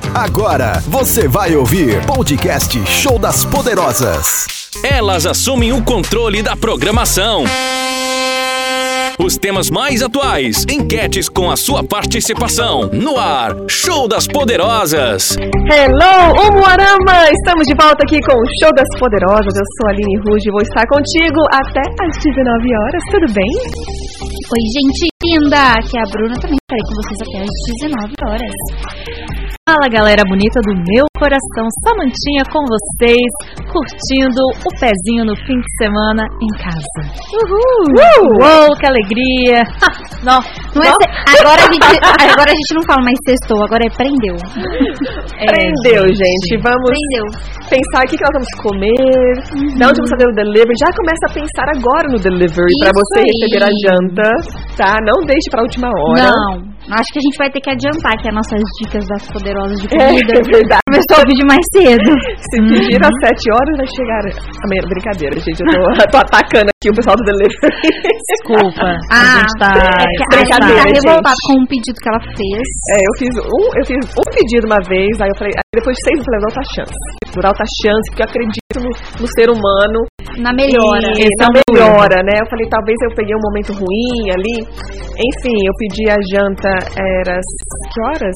Agora você vai ouvir podcast Show das Poderosas. Elas assumem o controle da programação. Os temas mais atuais, enquetes com a sua participação. No ar, Show das Poderosas. Hello, Umuarama! Estamos de volta aqui com o Show das Poderosas. Eu sou a Aline Ruge e vou estar contigo até às 19 horas, tudo bem? Oi, gente linda! Aqui é a Bruna, também estarei com vocês até às 19 horas. Fala, galera bonita do meu coração, Samantinha com vocês, curtindo o pezinho no fim de semana em casa. Uhul! Uou, que alegria! Não é agora a gente não fala mais sextou, agora é prendeu. Prendeu, gente. Vamos pensar o que nós vamos comer, de onde vamos fazer o delivery. Já começa a pensar agora no delivery para você receber a janta, tá? Não deixe para a última hora. Não, acho que a gente vai ter que adiantar aqui as nossas dicas das poderosas de comida. É verdade. Começou a pedir mais cedo. Se pedir às 7 horas, vai chegar amanhã. Brincadeira, gente. Eu tô atacando aqui o pessoal do delivery. Desculpa. A gente tá revoltada com um pedido que ela fez. Eu fiz um pedido uma vez, aí eu falei, depois de 6 eu falei, alta chance. Por alta chance, porque eu acredito no ser humano. Na melhora. Na melhora, né? Eu falei, talvez eu peguei um momento ruim ali. Enfim, eu pedi a janta, era que horas?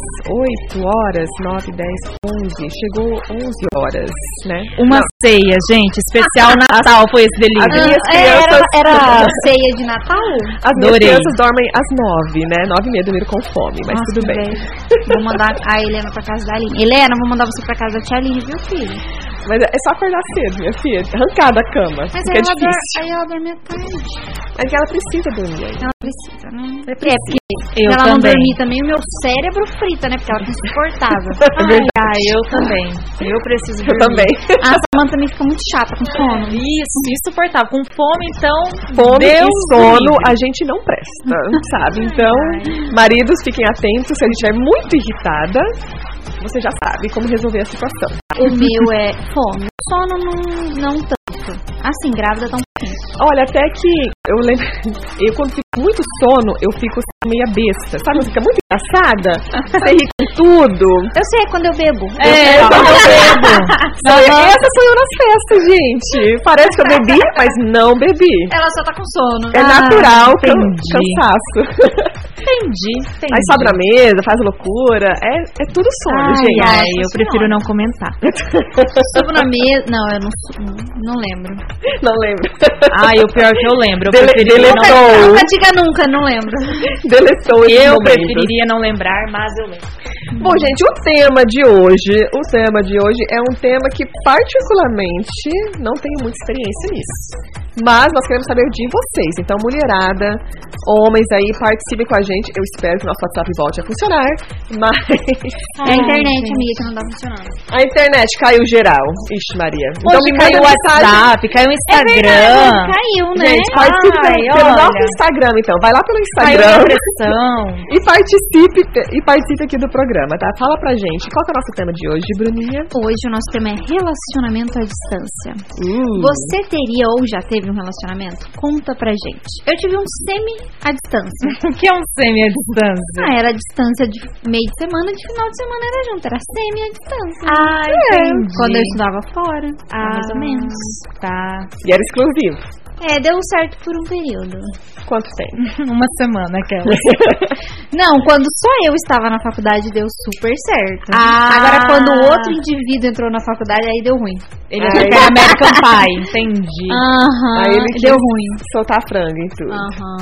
8 horas, 9, 10, 11. Chegou 11 horas, né? Uma ceia, gente. Especial Natal foi esse delírio. As minhas crianças... Era ceia de Natal? As minhas crianças dormem às 9, né? 9h30 dormiram com fome, mas nossa, tudo bem. Vou mandar a Helena pra casa da Aline. Helena, vou mandar você pra casa da tia Aline, viu, filho? Mas é só acordar cedo, minha filha. Arrancar da cama. Mas aí ela dorme à tarde. É que ela precisa dormir. Ela precisa, né? Porque se ela não dormir também, o meu cérebro frita, né? Porque ela é insuportável. Eu também. Eu preciso dormir. Eu também. A Samanta também fica muito chata com sono. Isso, insuportável. Com fome, então... Fome e sono, a gente não presta, sabe? Então, maridos, fiquem atentos. Se a gente estiver muito irritada, você já sabe como resolver a situação. O meu é fome. Sono não tanto. Assim, grávida tá um pouquinho. Olha, até que eu lembro, eu quando fico muito sono, eu fico meia besta, sabe? Fica muito engraçada, você ri com tudo. Eu sei, quando eu bebo. Quando eu bebo. Essa sou eu nas festas, gente. Parece que eu bebi, mas não bebi. Ela só tá com sono. É natural, cansaço. Entendi. Aí sobe na mesa, faz loucura. É tudo sono, gente. Eu prefiro não comentar. Subo na mesa. Não, eu não lembro. Não lembro. O pior que eu lembro. Deletou. Nunca diga nunca, não lembro. Deletou esse Eu momento. preferiria não lembrar, mas eu lembro. Bom, gente, o tema de hoje é um tema que particularmente não tenho muita experiência nisso. Mas nós queremos saber de vocês. Então, mulherada, homens aí, participem com a gente. Eu espero que o nosso WhatsApp volte a funcionar. Mas... É a internet, amiga, que não tá funcionando. A internet caiu geral. Ixi, Maria. Então me caiu o WhatsApp, caiu o Instagram. Caiu, né? Gente, participe pelo nosso Instagram, então. Vai lá pelo Instagram. E participe aqui do programa, tá? Fala pra gente. Qual que é o nosso tema de hoje, Bruninha? Hoje o nosso tema é relacionamento à distância. Você teria ou já teve um relacionamento? Conta pra gente. Eu tive um semi à distância. O que é um semi à distância? Era a distância de meio de semana, de final de semana era junto. Era semi à distância. Entendi. Quando eu estudava fora, mais ou menos. Tá. E era exclusivo. Deu certo por um período. Quanto tempo? Uma semana, aquela. Não, quando só eu estava na faculdade, deu super certo. Agora, quando o outro indivíduo entrou na faculdade, aí deu ruim. Ele era American Pie, entendi. Aí ele deu ruim. Soltar a franga e tudo.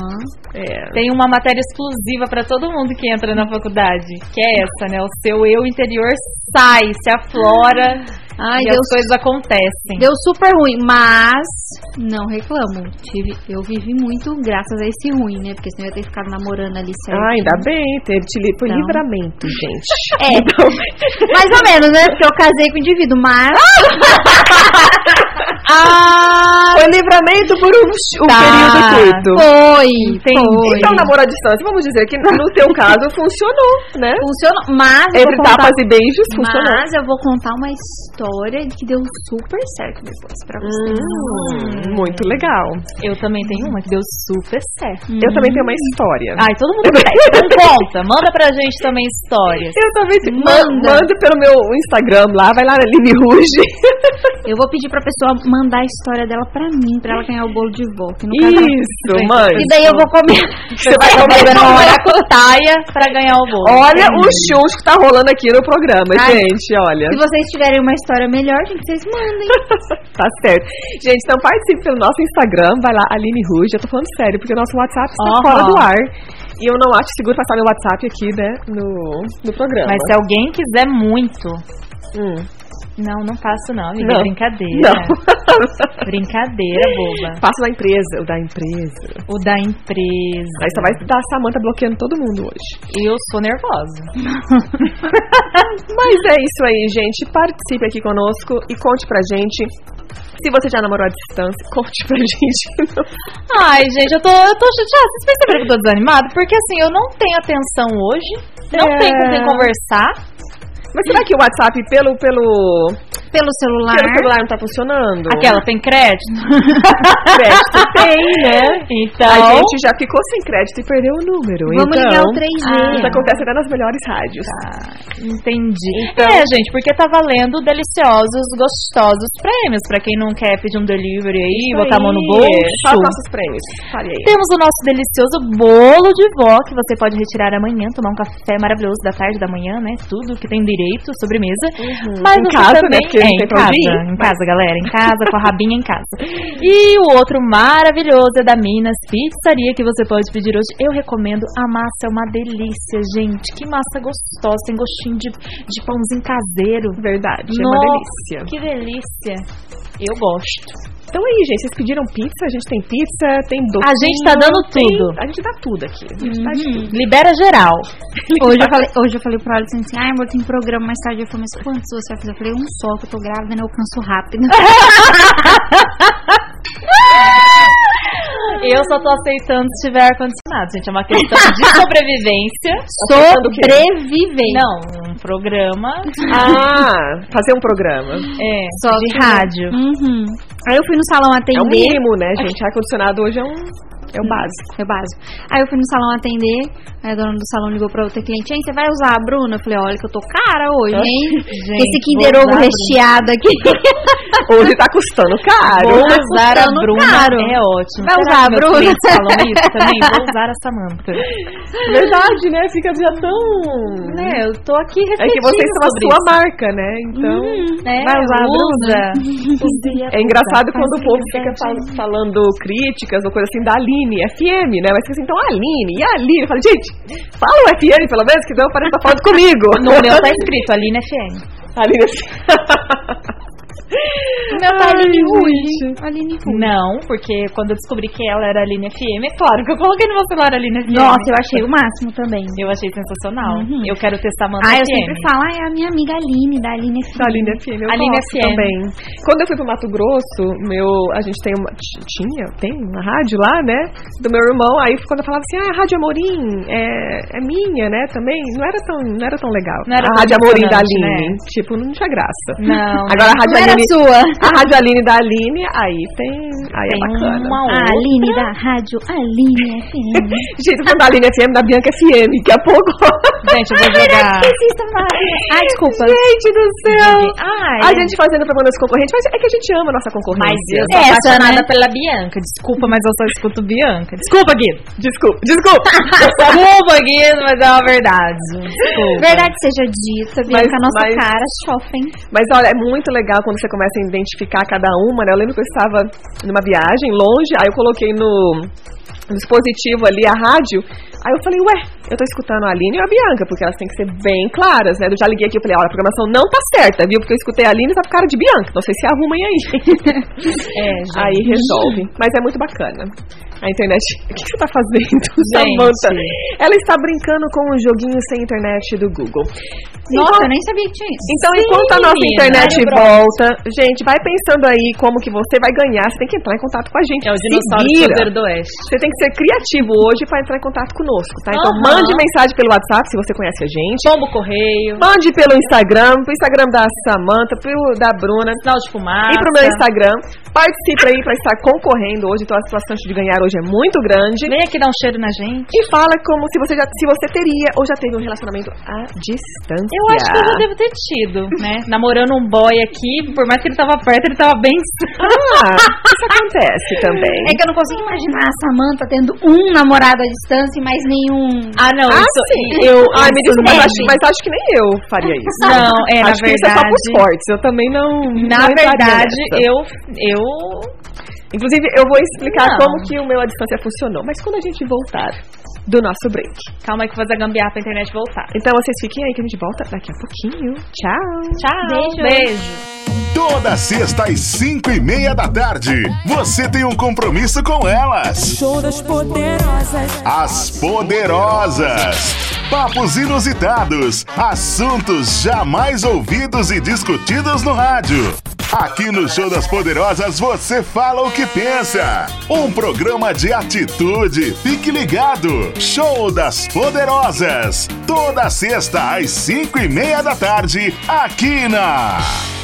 Tem uma matéria exclusiva pra todo mundo que entra na faculdade, que é essa, né? O seu eu interior sai, se aflora e as coisas acontecem. Deu super ruim, mas não reclamo. Eu vivi muito graças a esse ruim, né? Porque senão eu ia ter ficado namorando ali certo. Ainda bem, foi livramento, gente. Então, mais ou menos, né? Porque eu casei com o indivíduo, mas... Foi livramento por um período curto. Foi. Então, namoro à distância, vamos dizer que no teu caso funcionou, né? Funcionou, mas... Entre tapas e beijos, funcionou. Mas eu vou contar uma história que deu super certo depois pra vocês. Muito legal. Eu também tenho uma que deu super certo. Eu também tenho uma história. Ai, todo mundo tem. Não conta. Manda pra gente também histórias. Eu também tenho. Manda pelo meu Instagram lá, vai lá na Aline Ruge. Eu vou pedir pra pessoa mandar a história dela pra mim, pra ela ganhar o bolo de vó. Isso, mãe. E daí eu vou comer. Você vai comer uma maracutaia pra ganhar o bolo. Olha o churros que tá rolando aqui no programa, gente, olha. Se vocês tiverem uma história melhor, gente, vocês mandem. Tá certo. Gente, então participe pelo nosso Instagram, vai lá, Aline Ruge. Eu tô falando sério, porque o nosso WhatsApp está fora do ar. E eu não acho seguro passar meu WhatsApp aqui, né, no programa. Mas se alguém quiser muito... Não faço não, amiga. Não. Brincadeira. Não. Brincadeira, boba. Faço da empresa, o da empresa. O da empresa. Aí só vai dar a Samanta bloqueando todo mundo hoje. Eu sou nervosa. Mas é isso aí, gente. Participe aqui conosco e conte pra gente. Se você já namorou à distância, conte pra gente. Ai, gente, eu tô chateada. Vocês perceberam que eu tô desanimada? Porque assim, eu não tenho atenção hoje. Não tenho com quem conversar. Mas será que o WhatsApp pelo celular não tá funcionando? Aquela tem crédito? Crédito tem, né? Então... A gente já ficou sem crédito e perdeu o número. Vamos ligar o 3G. Isso acontece até nas melhores rádios. Entendi. Então... gente, porque tá valendo deliciosos, gostosos prêmios. Pra quem não quer pedir um delivery aí, botar a mão no bolso. Quais os nossos prêmios? Fale aí. Temos o nosso delicioso bolo de vó, que você pode retirar amanhã, tomar um café maravilhoso da tarde, da manhã, né? Tudo que tem direito, sobremesa. Mas em você casa, também... né? Porque em casa, galera. Em casa, com a rabinha em casa. E o outro maravilhoso é da Minas Pizzaria, que você pode pedir hoje. Eu recomendo. A massa é uma delícia, gente. Que massa gostosa. Tem gostinho de pãozinho caseiro. Verdade, é Nossa, uma delícia. Que delícia. Eu gosto. Então aí, gente, vocês pediram pizza? A gente tem pizza, tem doce. A gente tá dando tudo. A gente dá tudo aqui. A gente dá tudo. Libera geral. Hoje eu falei pro Alisson assim, amor, tem programa mais tarde. Ele falou, mas quantos você vai fazer? Eu falei, um só, que eu tô grávida, né? Eu canso rápido. Eu só tô aceitando se tiver ar-condicionado, gente. É uma questão de sobrevivência. Sobrevivência. Não, um programa. Fazer um programa. Só de rádio. Aí eu fui no salão atender. É o mínimo, né, gente? Ar-condicionado hoje é o básico. É o básico. Aí eu fui no salão atender, aí a dona do salão ligou pra outra cliente, hein, você vai usar a Bruna? Eu falei, olha que eu tô cara hoje, hein? Gente, esse Kinder Ovo recheado aqui. Hoje tá custando caro. Vou usar a Bruna, caro. é ótimo. Vai usar a Bruna? Falam isso também? Vou usar a Samanta. Verdade, né? Fica já tão... Né, eu tô aqui refletindo. É que vocês são a sua marca, né? Então... vai usar a Bruna? É engraçado quando o povo fica falando críticas ou coisa assim da Aline FM, né? Mas fica assim, então a Aline, e a Aline? Eu falo, gente, fala o FM pelo menos, que não parece que tá falando comigo. No meu tá escrito Aline FM. Aline FM. O meu tá Aline Ruge. Não, porque quando eu descobri que ela era Aline FM, é claro que eu coloquei no meu celular Aline FM. Nossa, eu achei o máximo também. Eu achei sensacional. Eu quero testar Manda eu FM. sempre falo, é a minha amiga Aline, da Aline FM. Da Aline FM, eu Aline gosto FM. também. Quando eu fui pro Mato Grosso, a gente tem uma rádio lá, né? Do meu irmão, aí quando eu falava assim, a Rádio Amorim é minha, né? Também, não era tão legal. Não era a Rádio Amorim da Aline, né? Tipo, não tinha graça. Não. Agora a Rádio Não era Aline, sua. a Rádio Aline da Aline, aí é bacana. A Aline da Rádio Aline FM. Gente, eu vou da Aline FM da Bianca FM, daqui a pouco. Gente, eu vou jogar. Ai, desculpa. Gente do céu. Ai, A gente fazendo propaganda dos concorrentes, mas é que a gente ama a nossa concorrência. Mas eu sou apaixonada pela Bianca. Desculpa, mas eu só escuto Bianca. Desculpa, Guido. Desculpa. Desculpa, Guido, mas é uma verdade. Desculpa. Verdade seja dita, Bianca, a nossa cara chofem. Mas olha, é muito legal quando você começa a identificar cada uma, né? Eu lembro que eu estava numa viagem longe, aí eu coloquei no dispositivo ali a rádio, aí eu falei, eu tô escutando a Aline e a Bianca, porque elas têm que ser bem claras, né? Eu já liguei aqui e falei, olha, a programação não tá certa, viu? Porque eu escutei a Aline e tá com cara de Bianca, não sei se arrumem aí. Gente. Aí resolve. Mas é muito bacana. A internet... O que você tá fazendo, Samantha? Ela está brincando com o joguinho sem internet do Google. Nossa, eu nem sabia que tinha isso. Então, enquanto a nossa internet volta, gente, vai pensando aí como que você vai ganhar. Você tem que entrar em contato com a gente. É o dinossauro do poder do oeste. Você tem que ser criativo hoje para entrar em contato conosco, tá? Então, mande mensagem pelo WhatsApp, se você conhece a gente. Pombo correio. Mande pelo Instagram, pro Instagram da Samantha, pro da Bruna. Sinal de fumaça. E pro meu Instagram. Participe aí para estar concorrendo hoje. Então, a situação de ganhar hoje é muito grande. Vem aqui dar um cheiro na gente. E fala como se você teria ou já teve um relacionamento à distância. Eu acho que eu já devo ter tido, né? Namorando um boy aqui, por mais que ele tava perto, ele tava bem... Isso acontece também. É que eu não consigo imaginar a Samantha tendo um namorado à distância e mais nenhum... Não, sim. Me desculpa, mas acho que nem eu faria isso. Não, na acho verdade... que isso é só pros fortes, eu também não... Na verdade, eu... Inclusive, eu vou explicar como que o meu à distância funcionou, mas quando a gente voltar do nosso break. Calma aí que eu vou fazer a gambiarra pra internet voltar. Então vocês fiquem aí que a gente volta daqui a pouquinho. Tchau. Beijo. Toda sexta às 5:30 da tarde, você tem um compromisso com elas. Show das Poderosas. As Poderosas. Papos inusitados, assuntos jamais ouvidos e discutidos no rádio. Aqui no Show das Poderosas você fala o que pensa. Um programa de atitude. Fique ligado. Show das Poderosas. Toda sexta às 5:30 da tarde, aqui na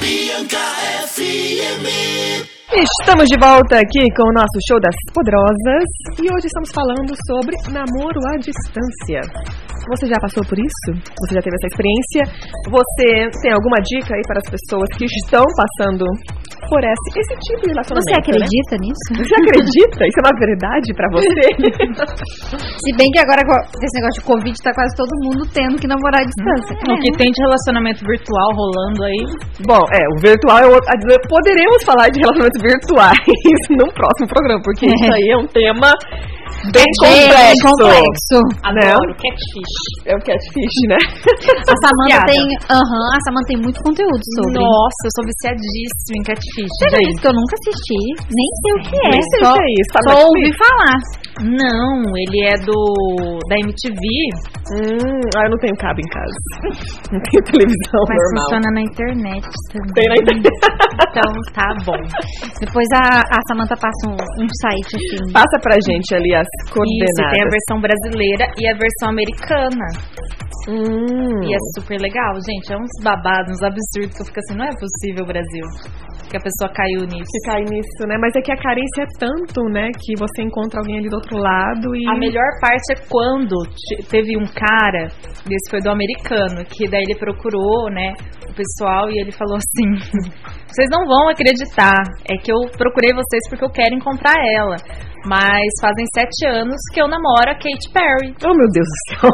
Estamos de volta aqui com o nosso Show das Poderosas e hoje estamos falando sobre namoro à distância. Você já passou por isso? Você já teve essa experiência? Você tem alguma dica aí para as pessoas que estão passando por esse tipo de relacionamento? Você acredita nisso? Você acredita? Isso é uma verdade pra você? Se bem que agora com esse negócio de Covid tá quase todo mundo tendo que namorar à distância. O que tem de relacionamento virtual rolando aí? Bom, o virtual, poderemos falar de relacionamentos virtuais no próximo programa, porque isso aí é um tema bem complexo. Adoro, catfish. É o catfish, né? A Samantha tem muito conteúdo sobre. Nossa, eu sou viciadíssima em catfish. Você vê isso que eu nunca assisti, nem sei o que é. Nem sei o que é isso. Só ouvi falar. Não, ele é da MTV. Eu não tenho cabo em casa. Não tenho televisão mas normal. Funciona na internet também. Tem na internet. Então tá bom. Depois a Samantha passa um site assim. Passa pra gente ali as coordenadas. Isso, tem a versão brasileira e a versão americana. E é super legal, gente. É uns babados, uns absurdos que eu fico assim, não é possível, Brasil, que a pessoa caiu nisso. Que cai nisso, né? Mas é que a carência é tanto, né? Que você encontra alguém ali do outro lado e... A melhor parte é quando teve um cara, esse foi do americano, que daí ele procurou, né, o pessoal e ele falou assim, vocês não vão acreditar, é que eu procurei vocês porque eu quero encontrar ela. Mas fazem 7 anos que eu namoro a Katy Perry. Oh, meu Deus do céu.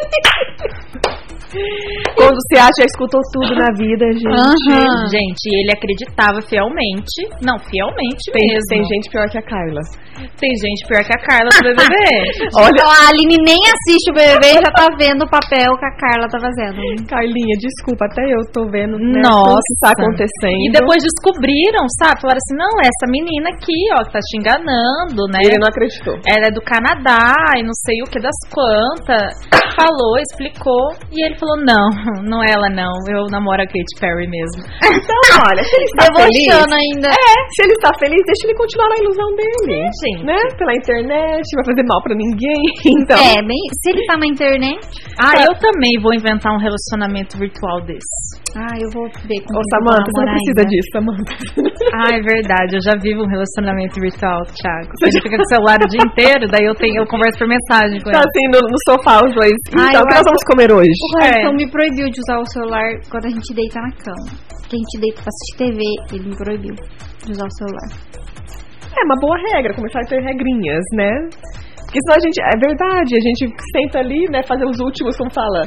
Quando você acha, já escutou tudo na vida, gente. Gente, ele acreditava fielmente. Não, fielmente mesmo. Tem gente pior que a Carla. Tem gente pior que a Carla do BBB. Olha, a Aline nem assiste o BBB e já tá vendo o papel que a Carla tá fazendo. Carlinha, desculpa, até eu tô vendo, né, Nossa, tudo que tá acontecendo. E depois descobriram, sabe? Falaram assim, não, essa menina aqui, ó, que tá te enganando, né? Ele não acreditou. Ela é do Canadá e não sei o que das quantas. Falou, explicou. E ele falou, não é ela não. Eu namoro a Katy Perry mesmo. Então, olha, se ele está feliz... ainda. Se ele está feliz, deixa ele continuar na ilusão dele. Gente. Né? Pela internet, vai fazer mal pra ninguém. Então... se ele tá na internet... eu também vou inventar um relacionamento virtual desse. Eu vou ver como Samantha, você não precisa disso, Samantha. É verdade, eu já vivo um relacionamento virtual, Thiago. Você fica com o celular o dia inteiro, daí eu converso por mensagem com ele. Tá assim, no sofá os dois. Então, o que nós vamos comer hoje? O Harrison me proibiu de usar o celular quando a gente deita na cama. Porque a gente deita pra assistir TV, ele me proibiu de usar o celular. É uma boa regra, começar a ter regrinhas, né? Porque senão a gente, é verdade, a gente senta ali, né, fazer os últimos, como fala,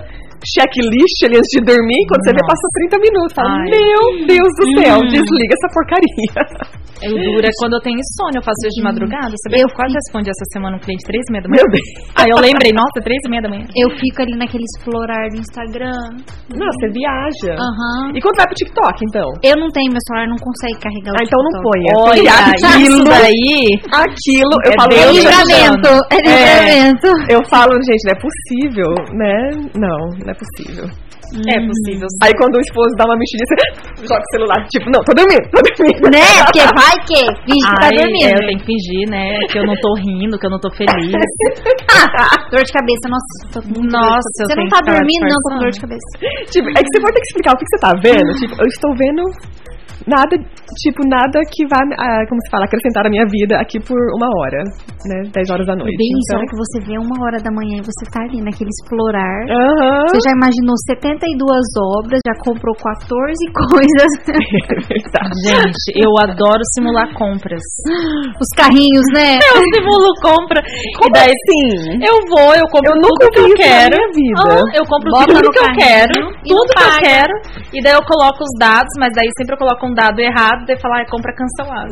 checklist ali antes de dormir, quando você vê, passou 30 minutos. Fala, meu Deus do céu, desliga essa porcaria. O duro é quando eu tenho insônia, eu faço isso de madrugada. Eu quase respondi essa semana um cliente 3h30 da manhã. Meu Deus. Aí eu lembrei, nossa, 3h30 da manhã. Eu fico ali naquele explorar do Instagram. Não, você viaja. Aham. E quando vai pro TikTok, então? Eu não tenho, meu celular não consegue carregar o então não TikTok. ponha. Olha, aquilo daí. Aquilo, eu É falo. Deus Livramento. É livramento. Eu falo, gente, não é possível, né? Não é possível. É possível. Aí quando o esposo dá uma mexidinha, você joga o celular, tipo, não, tô dormindo. Né? Porque vai que finge que tá dormindo. Eu tenho que fingir, né? Que eu não tô rindo, que eu não tô feliz. Dor de cabeça, nossa, tô com muito Nossa, dor. eu Você não tenho tá que ficar dormindo, não, tô com disfarçando. dor de cabeça. Tipo, é que você pode ter que explicar o que você tá vendo. Tipo, eu estou vendo nada que vá, como se fala, acrescentar a minha vida aqui por 1 hora, né? 10 horas da noite. Bem isso, então... hora que você vê 1h da manhã e você tá ali naquele explorar. Aham. Você já imaginou 72 obras, já comprou 14 coisas. Verdade. Gente, eu adoro simular compras. Os carrinhos, né? Eu simulo compra. Como e daí, assim? eu compro Eu nunca tudo que eu vi isso na quero. minha vida. Eu compro Bota tudo no que eu carrinho quero. e Tudo não que eu paga. quero. E daí eu coloco os dados, mas daí sempre eu coloco um dado errado, daí falar, compra cancelada.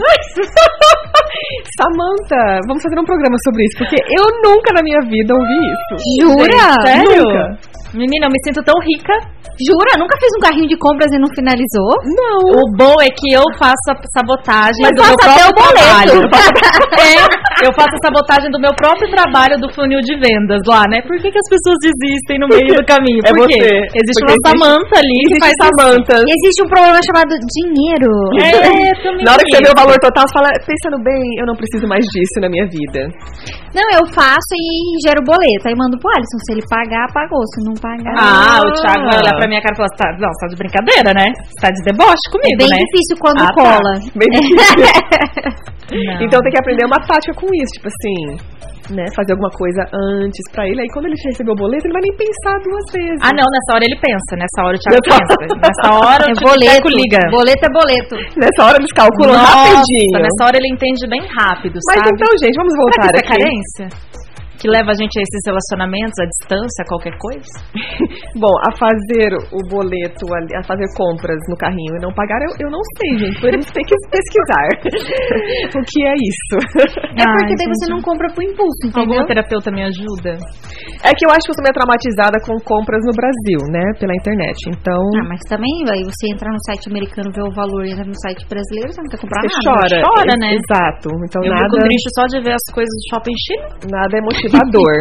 Samantha, vamos fazer um programa sobre isso, porque eu nunca na minha vida ouvi isso. Jura? Sério? Nunca. Menina, eu me sinto tão rica. Jura? Nunca fez um carrinho de compras e não finalizou? Não. O bom é que eu faço a sabotagem Mas do meu passa até próprio o boleto. trabalho. Eu faço a sabotagem do meu próprio trabalho do funil de vendas lá, né? Por que as pessoas desistem no meio do caminho? É Por quê? você. Existe Porque uma Samantha ali que faz Samantha. E existe um problema chamado dinheiro. também. Na hora que você vê o valor total, você fala, pensando bem, eu não preciso mais disso na minha vida. Não, eu faço e gero o boleto. Aí mando pro Alisson. Se ele pagar, pagou. Se não pagar... O Thiago vai olhar pra minha cara e falar, você tá de brincadeira, né? Você tá de deboche comigo, É bem né? difícil quando Tá. cola. Bem difícil. Não. Então tem que aprender uma tática com isso, tipo assim, né? Fazer alguma coisa antes pra ele. Aí quando ele receber o boleto, ele vai nem pensar 2 vezes. Ah, não, nessa hora ele pensa. Nessa hora o Thiago pensa. Nessa hora o boleto. Thiago liga. Boleto é boleto. Nessa hora eles calculam Nossa, rapidinho. nessa hora ele entende bem rápido, Mas sabe? então, gente, vamos Será voltar que isso é aqui. carência? Que leva a gente a esses relacionamentos, à distância, a qualquer coisa? Bom, a fazer o boleto, a fazer compras no carrinho e não pagar, eu não sei, gente. Podemos ter que pesquisar o que é isso. É porque daí você não compra pro impulso, entendeu? Alguma terapeuta me ajuda? É que eu acho que eu sou meio traumatizada com compras no Brasil, né? Pela internet. Então, Mas também, aí você entrar no site americano, ver o valor e entrar no site brasileiro, você não quer comprar você nada. chora. né? Exato. Então Eu nada, fico triste só de ver as coisas do shopping China. nada é motivador.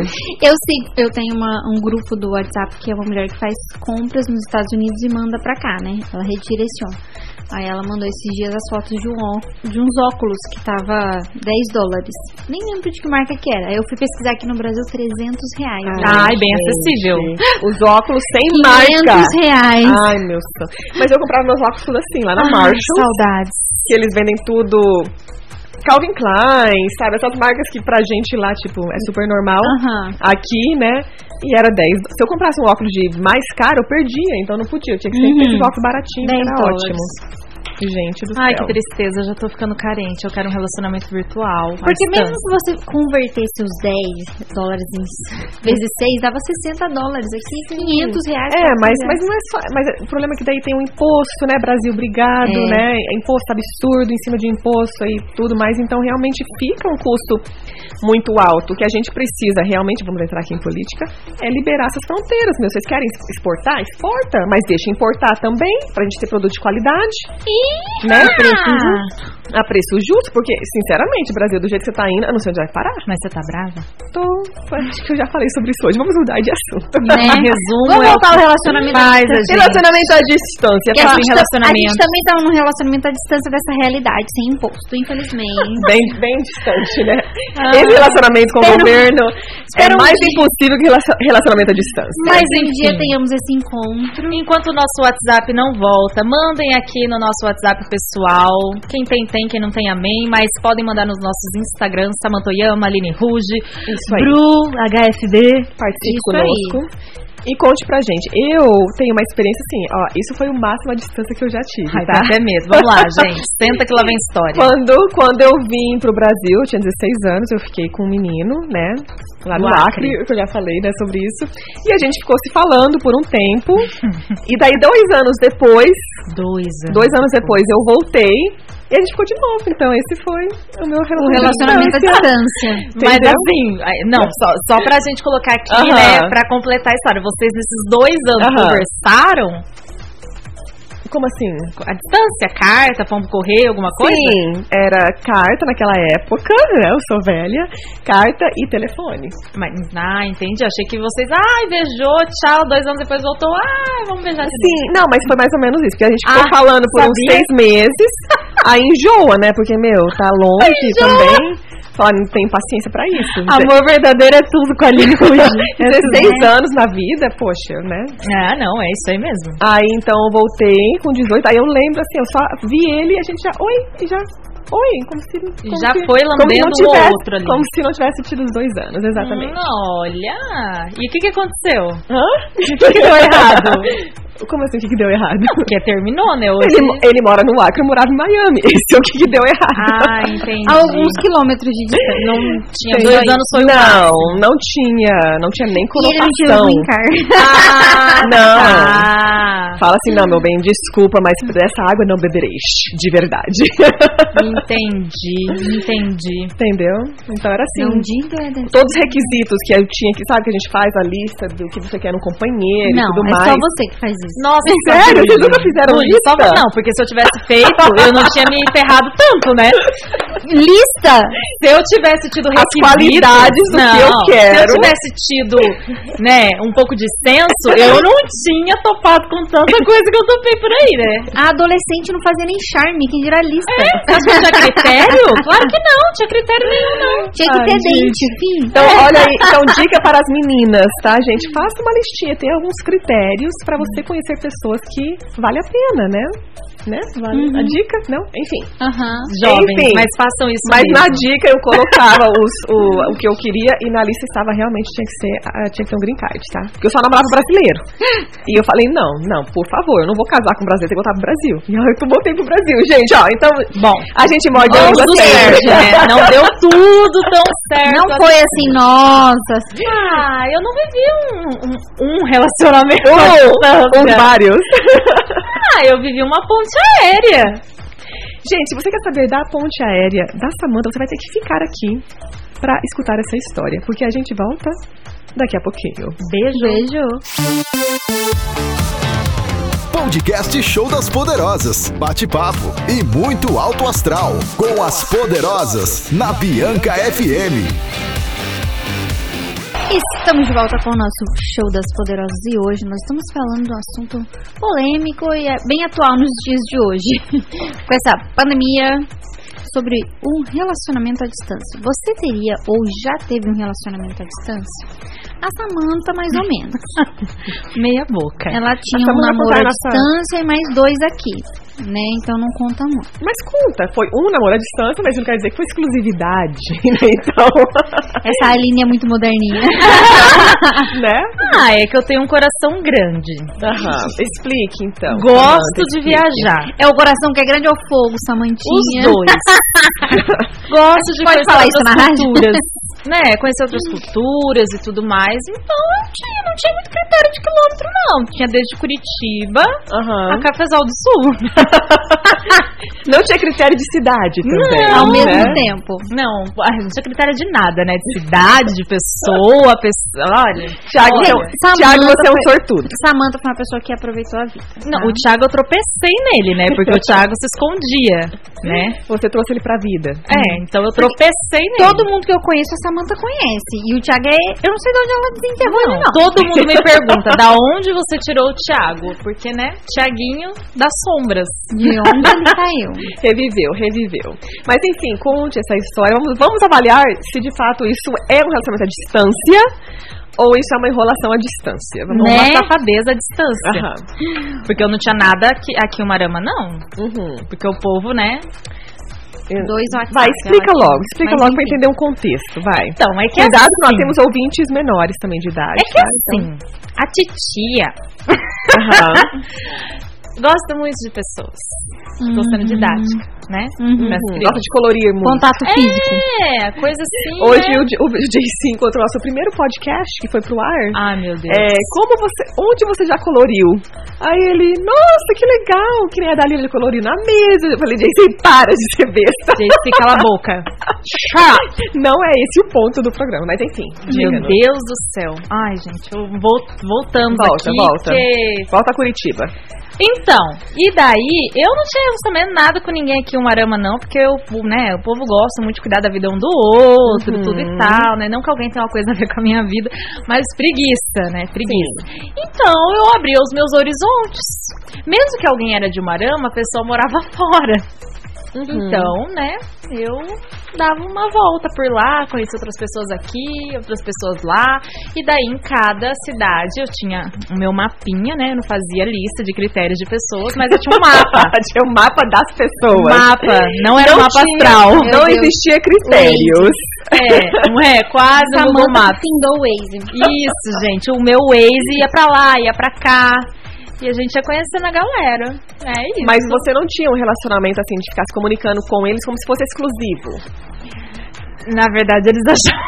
Eu tenho um grupo do WhatsApp que é uma mulher que faz compras nos Estados Unidos e manda pra cá, né? Ela redireciona. Aí ela mandou esses dias as fotos de uns óculos que tava $10. Nem lembro de que marca que era. Aí eu fui pesquisar aqui no Brasil R$300. Ai, bem acessível. Os óculos sem marca. R$500. Ai, meu Deus. Mas eu comprava meus óculos tudo assim, lá na Marshall. Saudades. Que eles vendem tudo Calvin Klein, sabe? Essas marcas que pra gente lá, tipo, é super normal. Aqui, né? E era 10. Se eu comprasse um óculos de mais caro, eu perdia. Então não podia. Eu tinha que sempre ter esses óculos baratinhos, que era $10. ótimo. Gente do Ai, céu. que tristeza, eu já tô ficando carente. Eu quero um relacionamento virtual. à Porque mesmo distância. se você convertesse os $10 vezes 6, dava $60 aqui, R$500. Mas não é só. Mas o problema é que daí tem um imposto, né? Brasil, obrigado, né? Imposto absurdo em cima de imposto e tudo mais. Então realmente fica um custo muito alto. O que a gente precisa realmente, vamos entrar aqui em política, é liberar essas fronteiras, meu. Vocês querem exportar? Exporta, mas deixa importar também, pra gente ter produto de qualidade. Né? A preço justo, porque, sinceramente, Brasil, do jeito que você tá indo, eu não sei onde vai parar. Mas você tá brava? Acho que eu já falei sobre isso hoje. Vamos mudar de assunto. Né? Resumo. Vamos voltar ao relacionamento à distância. Relacionamento à distância. Porque a relacionamento. gente também tá num relacionamento à distância dessa realidade, sem imposto, infelizmente. Bem distante, né? Esse relacionamento com o governo é mais impossível que relacionamento à distância. Mas um dia tenhamos esse encontro. Enquanto o nosso WhatsApp não volta, mandem aqui no nosso WhatsApp pessoal. Quem tem, quem não tem, amém. Mas podem mandar nos nossos Instagrams, Samantha Oyama, Aline Ruge, Isso aí. Bru, HFD. Participe Isso conosco. E conte pra gente. Eu tenho uma experiência assim, ó, isso foi o máximo a distância que eu já tive, tá? Até mesmo. Vamos lá, gente. Senta que lá vem história. Quando eu vim pro Brasil, eu tinha 16 anos, eu fiquei com um menino, né? Lá no Acre, que eu já falei, né, sobre isso. E a gente ficou se falando por um tempo. E daí, 2 anos depois... 2 anos depois eu voltei. E a gente ficou de novo. Então, esse foi o meu relacionamento à distância. Mas assim, não, só pra gente colocar aqui, né, pra completar a história. Vocês, nesses 2 anos, conversaram? Como assim? A distância, carta, pombo correio, alguma coisa? Sim, era carta naquela época, né? Eu sou velha. Carta e telefone. Mas, entendi. Achei que vocês, beijou, tchau, 2 anos depois voltou, vamos beijar de novo. Sim, não, mas foi mais ou menos isso. Porque a gente ficou falando por uns 6 meses. Aí enjoa, né? Porque, tá longe também. Falar, não tenho paciência pra isso. Amor verdadeiro é tudo com a Aline Ruge. 16 anos na vida, poxa, né? Não, é isso aí mesmo. Aí, então, eu voltei com 18. Aí eu lembro, assim, eu só vi ele e a gente já... como se foi lambendo o outro ali. Como se não tivesse tido os 2 anos, exatamente. Olha! E o que aconteceu? O que deu errado? Como assim, o que deu errado? Porque terminou, né? Hoje... Ele mora no Acre, eu morava em Miami. Esse é o que deu errado. Entendi. Alguns quilômetros de distância. Não tinha 2 anos, foi não tinha nem conotação. E ele não não. Fala assim, não, meu bem, desculpa, mas dessa água não beberei. De verdade. Entendi. Entendeu? Então era assim. Todos os requisitos que eu tinha, que sabe que a gente faz a lista do que você quer no companheiro e tudo mais. Não, é só você que faz isso. Nossa, sério? Vocês nunca fizeram lista? Não, porque se eu tivesse feito, eu não tinha me ferrado tanto, né? Lista? Se eu tivesse tido requisitos... As qualidades do que eu quero. Se eu tivesse tido, né, um pouco de senso, eu não tinha topado com tanta coisa que eu topei por aí, né? A adolescente não fazia nem charme, quem dirá lista. Acho que tinha critério? Claro que não, tinha critério nenhum, não. Tinha que ter dente, enfim. Então, olha aí, dica para as meninas, tá, gente? Faça uma listinha, tem alguns critérios pra você conhecer pessoas que vale a pena, né? Vale a dica? Não? Enfim. Jovens, enfim, mas façam isso Mas mesmo. na dica eu colocava o que eu queria e na lista estava realmente tinha que ter um green card, tá? Porque eu só namorava brasileiro. E eu falei, não, por favor, eu não vou casar com brasileiro, tem que voltar pro Brasil. E aí eu voltei pro Brasil, gente, então... Bom, a gente morde a língua certo, né? Não deu tudo tão certo. Não foi assim, nossa. Eu não vivi um relacionamento. Vários. Eu vivi uma ponte aérea. Gente, se você quer saber da ponte aérea da Samantha, você vai ter que ficar aqui pra escutar essa história, porque a gente volta daqui a pouquinho. Beijo. Podcast Show das Poderosas, bate-papo e muito alto astral com as Poderosas na Bianca FM. Estamos de volta com o nosso Show das Poderosas e hoje nós estamos falando de um assunto polêmico e bem atual nos dias de hoje, com essa pandemia, sobre um relacionamento à distância. Você teria ou já teve um relacionamento à distância? A Samantha, mais ou menos. Meia boca. Ela tinha um namoro à distância e mais 2 aqui, né? Então não conta muito. Mas conta, foi um namoro à distância, mas não quer dizer que foi exclusividade, né? Então... Essa Aline é muito moderninha. Né? É que eu tenho um coração grande. Explique, então. Gosto de viajar. É o coração que é grande ou fogo, Samantinha? Os dois. Gosto de conhecer outras culturas. Né, conhecer outras culturas e tudo mais. Então não tinha muito critério de quilômetro, não. Tinha desde Curitiba a Cafezal do Sul. Não tinha critério de cidade também. Ao mesmo tempo. Não tinha critério de nada, né? De cidade, de pessoa. Olha. Thiago, você é um sortudo. Samantha foi uma pessoa que aproveitou a vida. Não, o Thiago eu tropecei nele, né? Porque o Thiago se escondia, né? Você trouxe ele pra vida. Então eu tropecei nele. Todo mundo que eu conheço, a Samantha conhece. E o Thiago eu não sei de onde ela desenterrou ele, não. Todo mundo me pergunta, da onde você tirou o Thiago? Porque, né? Thiaguinho das sombras. De onde ele saiu? Reviveu. Mas enfim, conte essa história. Vamos avaliar se de fato isso é um relacionamento à distância ou isso é uma enrolação à distância. Vamos uma safadeza à distância. Porque eu não tinha nada aqui em Marama, não. Porque o povo, né? 2 WhatsApp. Vai, explica logo pra entender um contexto, vai. Então, é que cuidado assim, que nós temos ouvintes menores também de idade. É que assim, a titia gosta muito de pessoas, gostando de didática, né? Gosta de colorir muito. Contato físico. Coisa assim. Hoje né? o JC encontrou nosso primeiro podcast que foi pro ar. Ai, meu Deus. Onde você já coloriu? Aí ele, nossa, que legal, que nem a Dalila, ele coloriu na mesa. Eu falei, JC, para de ser besta. JC, cala a boca. Não é esse o ponto do programa, mas enfim. Meu Deus do céu. Ai, gente, voltamos aqui. Volta a Curitiba. Então, e daí, eu não tinha relacionamento nada com ninguém aqui, um arama não, porque o povo gosta muito de cuidar da vida um do outro, tudo e tal, né? Não que alguém tenha uma coisa a ver com a minha vida, mas preguiça, né? Preguiça. Sim. Então, eu abri os meus horizontes. Mesmo que alguém era de uma arama, a pessoa morava fora. Então, né, eu dava uma volta por lá, conheci outras pessoas aqui, outras pessoas lá, e daí em cada cidade eu tinha o meu mapinha, né, eu não fazia lista de critérios de pessoas, mas eu tinha um mapa. Tinha um mapa das pessoas. Mapa, não era um mapa astral. Não existia critérios. Quase o Google Maps. Findou o Waze. Isso, gente, o meu Waze ia pra lá, ia pra cá. E a gente ia conhecendo a galera. É isso. Mas você não tinha um relacionamento assim de ficar se comunicando com eles como se fosse exclusivo? Na verdade, eles achavam.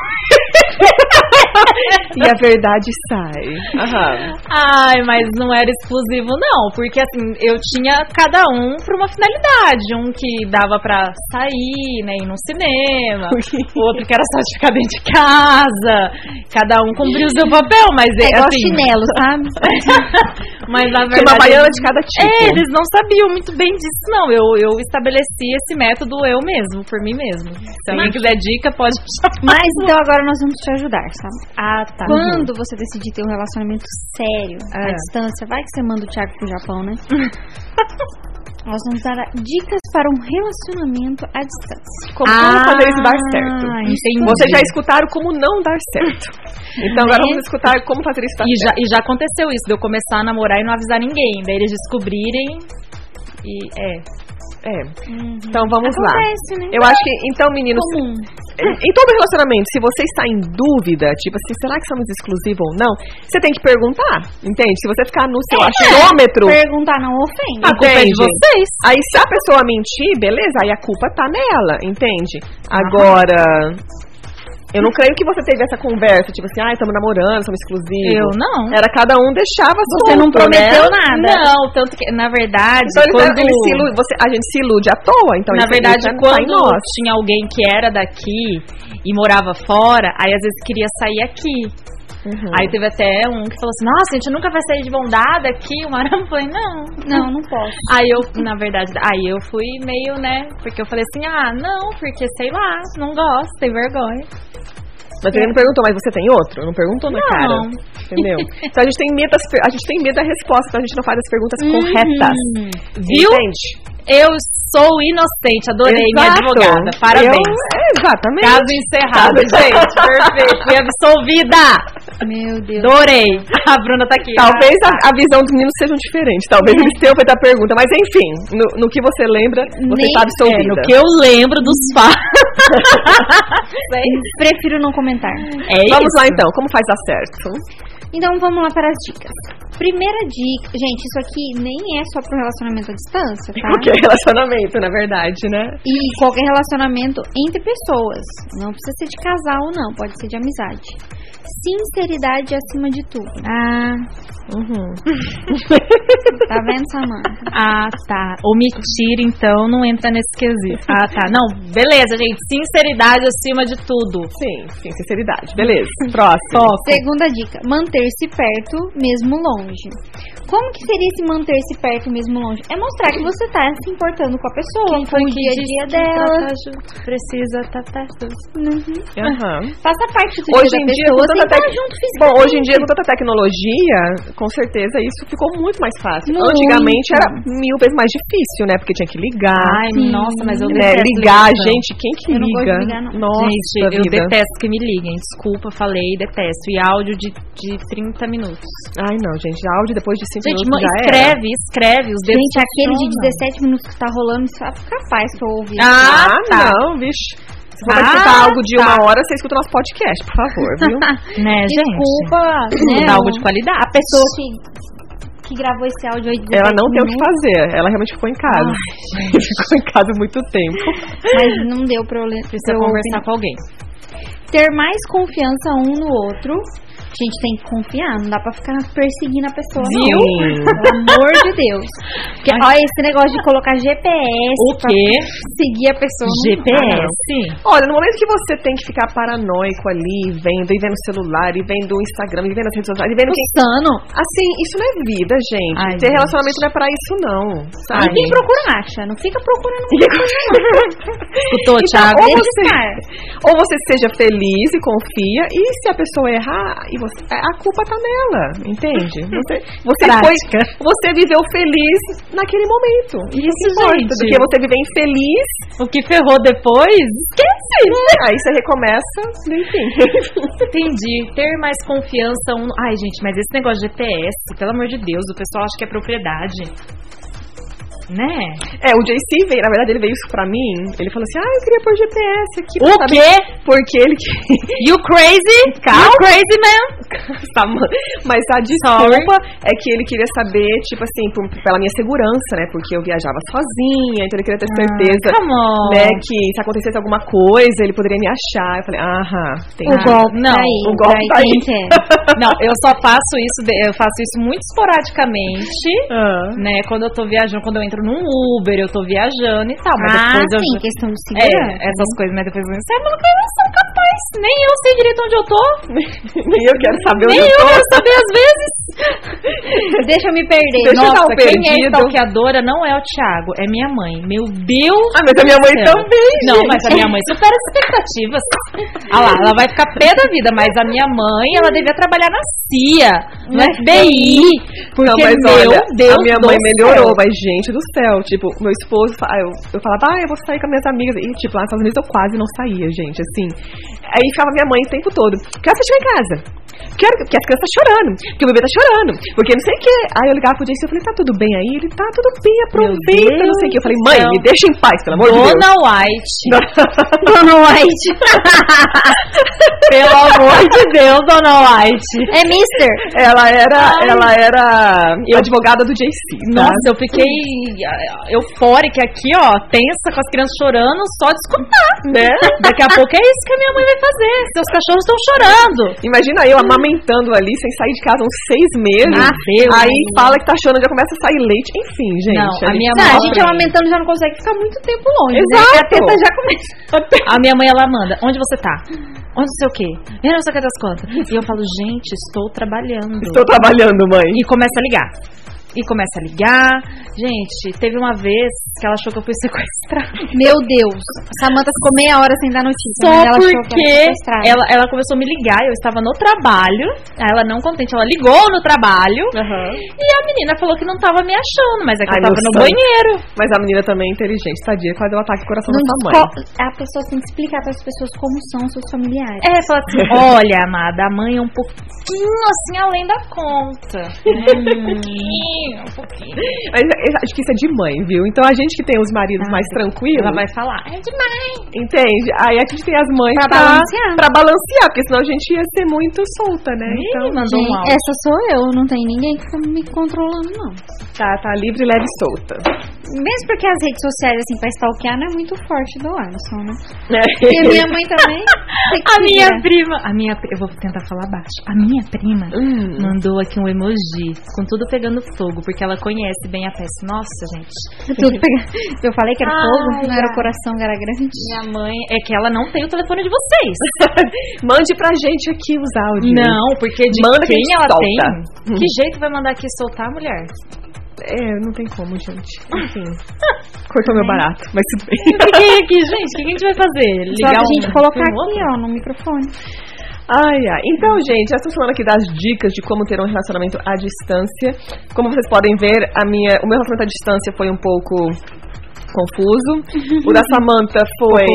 E a verdade sai. Ai, mas não era exclusivo, não. Porque, assim, eu tinha cada um pra uma finalidade. Um que dava pra sair, né, ir no cinema. Outro que era só de ficar dentro de casa. Cada um cumpria o seu papel, mas igual assim, chinelo, sabe? Mas, na verdade... Tinha uma baiana de cada tipo. Eles não sabiam muito bem disso, não. Eu estabeleci esse método eu mesmo, por mim mesmo. Se alguém quiser dica, pode chamar. Mas, então, agora nós vamos te ajudar, sabe? Ah, tá. Quando você decidir ter um relacionamento sério, à distância, vai que você manda o Thiago pro Japão, né? Nós vamos dar dicas para um relacionamento à distância. Como fazer isso dar certo. Entendi. Vocês já escutaram como não dar certo. Então agora vamos escutar como fazer isso dar certo. E já aconteceu isso, de eu começar a namorar e não avisar ninguém. Daí eles descobrirem Então vamos Acontece, lá. né? Eu acho que, então, meninos, em todo relacionamento, se você está em dúvida, tipo assim, será que somos exclusivos ou não? Você tem que perguntar, entende? Se você ficar no seu achômetro... Perguntar não ofende. A culpa é de vocês. Aí se a pessoa mentir, beleza, aí a culpa tá nela, entende? Agora... Eu não creio que você teve essa conversa, tipo assim, estamos namorando, somos exclusivos. Eu não. Era cada um deixava Você não prometeu nada. Não, tanto que, na verdade, então, a gente se ilude à toa. Então, na verdade, quando tinha alguém que era daqui e morava fora, aí às vezes queria sair aqui. Aí teve até um que falou assim, nossa, a gente nunca vai sair de mão dada aqui. O Marama falou, não posso. Aí eu, na verdade, eu fui meio, né, porque eu falei assim, não, porque sei lá, não gosto, tem vergonha. Mas ele não perguntou, mas você tem outro? Não perguntou na cara. Entendeu? Então a gente tem medo da resposta, então a gente não faz as perguntas corretas. Viu? Entende? Eu sou inocente, adorei minha advogada. Parabéns. Exatamente. Caso encerrado, gente. Perfeito. Fui absolvida. Meu Deus. Adorei. A Bruna tá aqui. Talvez a visão dos meninos seja diferente. Talvez eles tenham feito a pergunta. Mas enfim, no que você lembra, você está absolvida. No que eu lembro dos fatos. Prefiro não comentar. Vamos lá então. Como faz dar certo? Então vamos lá para as dicas. Primeira dica, gente, isso aqui nem é só pro relacionamento à distância, tá? Qualquer relacionamento, na verdade, né? E qualquer relacionamento entre pessoas. Não precisa ser de casal, não, pode ser de amizade. Sinceridade acima de tudo. Tá vendo, Samanta? Tá. Omitir, então, não entra nesse quesito. Tá. Não, beleza, gente. Sinceridade acima de tudo. Sim, sinceridade. Beleza. Próximo. Segunda dica. Manter-se perto, mesmo longe. Como que seria esse manter-se perto, mesmo longe? É mostrar que você tá se importando com a pessoa, com o dia a dia dela. Precisa estar perto. Faça parte do dia da pessoa, sem estar junto fisicamente. Bom, hoje em dia, com tanta tecnologia, com certeza isso ficou muito mais fácil. Muito. Antigamente era 1000 vezes mais difícil, né? Porque tinha que ligar. Ai, nossa, mas eu né? detesto Ligar, ligação. gente, quem que Eu não gosto liga? de ligar, não. Nossa, Gente, eu vida. detesto que me liguem. Desculpa, falei, detesto. E áudio de 30 minutos. Ai, não, gente, áudio depois de 5 Gente, minutos já escreve, os dedos Gente, aquele de funcionam. 17 minutos que tá rolando, isso é capaz que eu ouvi. Ah, tá. não, vixe. Se for pra escutar algo de 1 hora, você escuta o nosso podcast, por favor, viu? Né, gente? Desculpa, né? Dá algo de qualidade. A pessoa que gravou esse áudio aí de 17 Ela não tem o que minutos, fazer, ela realmente ficou em casa. Ficou em casa muito tempo. mas não deu pra eu ler. Precisa conversar com alguém. Ter mais confiança um no outro. A gente tem que confiar, não dá pra ficar perseguindo a pessoa, Viu? não. Pelo amor de Deus. Porque, olha, esse negócio de colocar GPS O quê? pra seguir a pessoa. não dá. GPS? Olha, no momento que você tem que ficar paranoico ali, vendo o celular, e vendo o Instagram, e vendo as redes sociais, e vendo quem... Fuçando. Assim, isso não é vida, gente. Ai, Ter gente. relacionamento não é pra isso, não. Sabe? Quem procura acha, não fica procurando. Escutou, Thiago? Ou você seja feliz e confia, e se a pessoa errar, e você, a culpa tá nela, entende? Você viveu feliz naquele momento. E isso importa, gente. do que você viver infeliz, O que ferrou depois? Esquece! aí você recomeça, enfim. Entendi. Ter mais confiança. Ai, gente, mas esse negócio de GPS, pelo amor de Deus, o pessoal acha que é propriedade. Né? O JC veio, na verdade ele veio isso pra mim, ele falou assim, eu queria pôr GPS aqui. O pra saber quê? Porque ele... You crazy? Calma. You crazy, man? Tá, mas a desculpa é que ele queria saber, tipo assim, pela minha segurança, né? Porque eu viajava sozinha, então ele queria ter certeza, come on. né? Que se acontecesse alguma coisa, ele poderia me achar. Eu falei, tem O golpe não, tá aí. o golpe tá aí. Quem quer? Não, eu só faço isso, eu faço isso muito esporadicamente, né? Quando eu tô viajando, quando eu entro num Uber, eu tô viajando e tal. Mas depois eu sim, questão de segurança. essas coisas, mas depois você não sou capaz. Nem eu sei direito onde eu tô. Nem eu quero saber onde Nem eu eu tô. quero saber às vezes. Deixa eu me perder. Deixa eu dar Nossa, um quem é perdido. stalkeadora não é o Thiago, é minha mãe. Meu Deus. Mas a minha mãe do céu. também, Não, gente. mas a minha mãe supera as expectativas. Ah lá, ela vai ficar pé da vida, mas a minha mãe, ela devia trabalhar na CIA, no FBI. Porque, Não, mas meu olha, Deus a minha do mãe melhorou, céu. mas gente do céu, tipo, meu esposo, eu falava, eu vou sair com as minhas amigas, e tipo, lá nos Estados Unidos eu quase não saía, gente, assim. Aí ficava minha mãe o tempo todo, quero você chegar em casa, quero, porque as crianças estão chorando, porque o bebê tá chorando, porque não sei o que. Aí eu ligava pro JC, eu falei, tá tudo bem aí? Ele, tá tudo bem, aproveita, não sei o que. Eu falei, mãe, me deixa em paz, pelo amor de Deus. Dona White. Dona White. Pelo amor de Deus, Dona White. É mister. Ela era advogada do JC. Tá? Nossa, eu fiquei eufórica aqui, ó, tensa com as crianças chorando só de escutar, Né? Daqui a pouco é isso que a minha mãe vai fazer. Seus cachorros estão chorando. Imagina eu amamentando ali, sem sair de casa uns 6 meses. Ah, Deus. Aí fala que tá chorando, já começa a sair leite. Enfim, gente. Não, a minha Não, mãe- a gente amamentando já não consegue ficar muito tempo longe. Exato. Né? A teta já começa. A minha mãe, ela manda, onde você tá? Onde não sei o quê? Eu não sei o que das contas. E eu falo, gente, estou trabalhando. Estou trabalhando, mãe. E começa a ligar. Gente, teve uma vez que ela achou que eu fui sequestrada. Meu Deus. Samantha ficou meia hora sem dar notícia. Só mas ela achou que porque era sequestrada. ela começou a me ligar, eu estava no trabalho, aí ela não contente, ela ligou no trabalho, e a menina falou que não estava me achando, mas é que eu tava no banheiro. Mas a menina também é inteligente, sadia, quase deu um ataque ao coração Não da sua mãe. A pessoa tem que explicar para as pessoas como são os seus familiares. É, fala assim, olha, amada, a mãe é um pouquinho assim além da conta. Um pouquinho. Mas acho que isso é de mãe, viu? Então a gente que tem os maridos mais tranquilos, Ela vai falar, é demais. entende? Aí a gente tem as mães Pra balancear. pra balancear, porque senão a gente ia ser muito solta, né? Então, mandou um Gente, áudio. essa sou eu, não tem ninguém que fica me controlando, não. tá livre, leve e solta. Mesmo porque as redes sociais, assim, pra stalkear não é muito forte do Alisson, né? Né? E a minha mãe também. tem que A se minha virar. prima, eu vou tentar falar baixo. A minha prima mandou aqui um emoji com tudo pegando fogo, porque ela conhece bem a peça. Nossa, gente. Tudo pega- Eu falei que era fogo, Ai, não era ai. o coração que era grande. Minha mãe, é que ela não tem o telefone de vocês. Mande pra gente aqui os áudios. Não, porque de Manda que quem a gente ela solta. tem, que jeito vai mandar aqui soltar, mulher? Não tem como, gente. Enfim. Cortou meu barato, mas tudo bem. Fiquei aqui, gente, o que a gente vai fazer? Só que a gente colocar um aqui, ó, no microfone. Então, gente, já estamos falando aqui das dicas de como ter um relacionamento à distância. Como vocês podem ver, o meu relacionamento à distância foi um pouco confuso. O da Samantha foi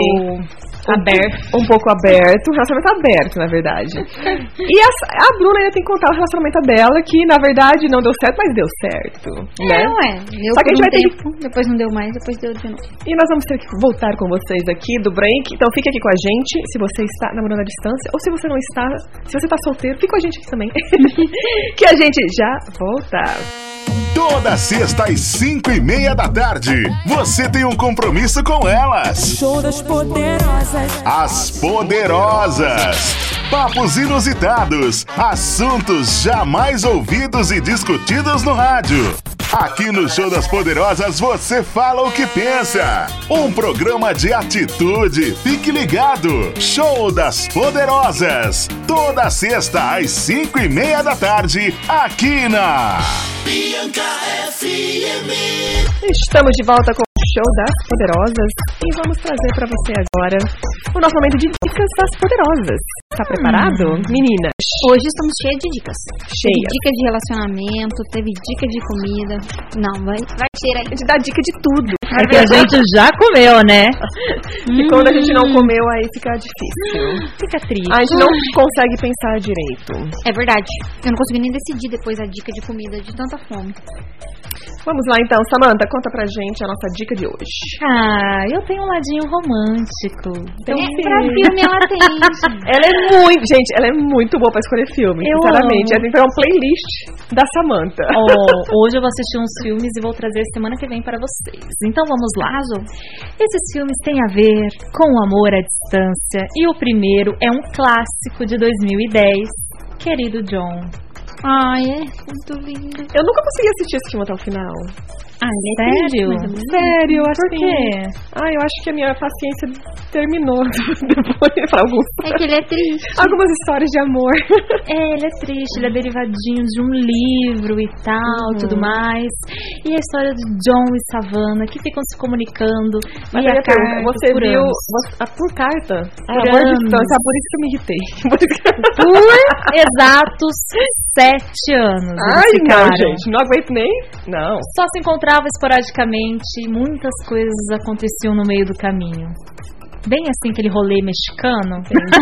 um pouco aberto. Um relacionamento aberto, na verdade. E a Bruna ainda tem que contar o relacionamento dela, que na verdade não deu certo, mas deu certo. Né? Não é. Deu Só que a gente vai ter depois não deu mais, depois deu de novo. E nós vamos ter que voltar com vocês aqui do break. Então fique aqui com a gente, se você está namorando à distância, ou se você não está, se você está solteiro, fique com a gente aqui também. Que a gente já volta. Toda sexta às 5:30 da tarde, você tem um compromisso com elas. Show das Poderosas. As Poderosas. Papos inusitados, assuntos jamais ouvidos e discutidos no rádio. Aqui no Show das Poderosas você fala o que pensa. Um programa de atitude. Fique ligado. Show das Poderosas. Toda sexta às 5:30 da tarde, aqui na Bianca FM. Estamos de volta com o Show das Poderosas e vamos trazer para você agora o nosso momento de dicas das Poderosas. Tá preparado, meninas? Hoje estamos cheias de dicas. Cheia. Teve dica de relacionamento, teve dica de comida. Não, vai ter aí. A gente dá dica de tudo. É que a gente já comeu, né? E quando a gente não comeu, aí fica difícil. Fica triste. A gente não consegue pensar direito. É verdade. Eu não consegui nem decidir depois a dica de comida de tanta fome. Vamos lá então, Samantha, conta pra gente a nossa dica de hoje. Eu tenho um ladinho romântico. Então, pra filme ela tem. Ela é muito boa pra escolher filme, sinceramente. Ela tem que ter uma playlist da Samantha. Hoje eu vou assistir uns filmes e vou trazer semana que vem para vocês. Então vamos lá. Esses filmes têm a ver com o amor à distância. E o primeiro é um clássico de 2010, Querido John. Ai, é muito lindo. Eu nunca consegui assistir esse filme até o final. Sério? Sério, Por quê? Eu acho que a minha paciência terminou depois para alguns. É que ele é triste. Algumas histórias de amor. Ele é triste, ele é derivadinho de um livro e tal, tudo mais. E a história de John e Savannah, que ficam se comunicando. Mas via carta você por viu anos. por carta? Por amor de anos. distância, por isso que eu me irritei. Por exatos 7 anos. Ai, não, gente, não aguento nem. Não. Só se encontrava esporadicamente, muitas coisas aconteciam no meio do caminho. Bem assim, aquele rolê mexicano.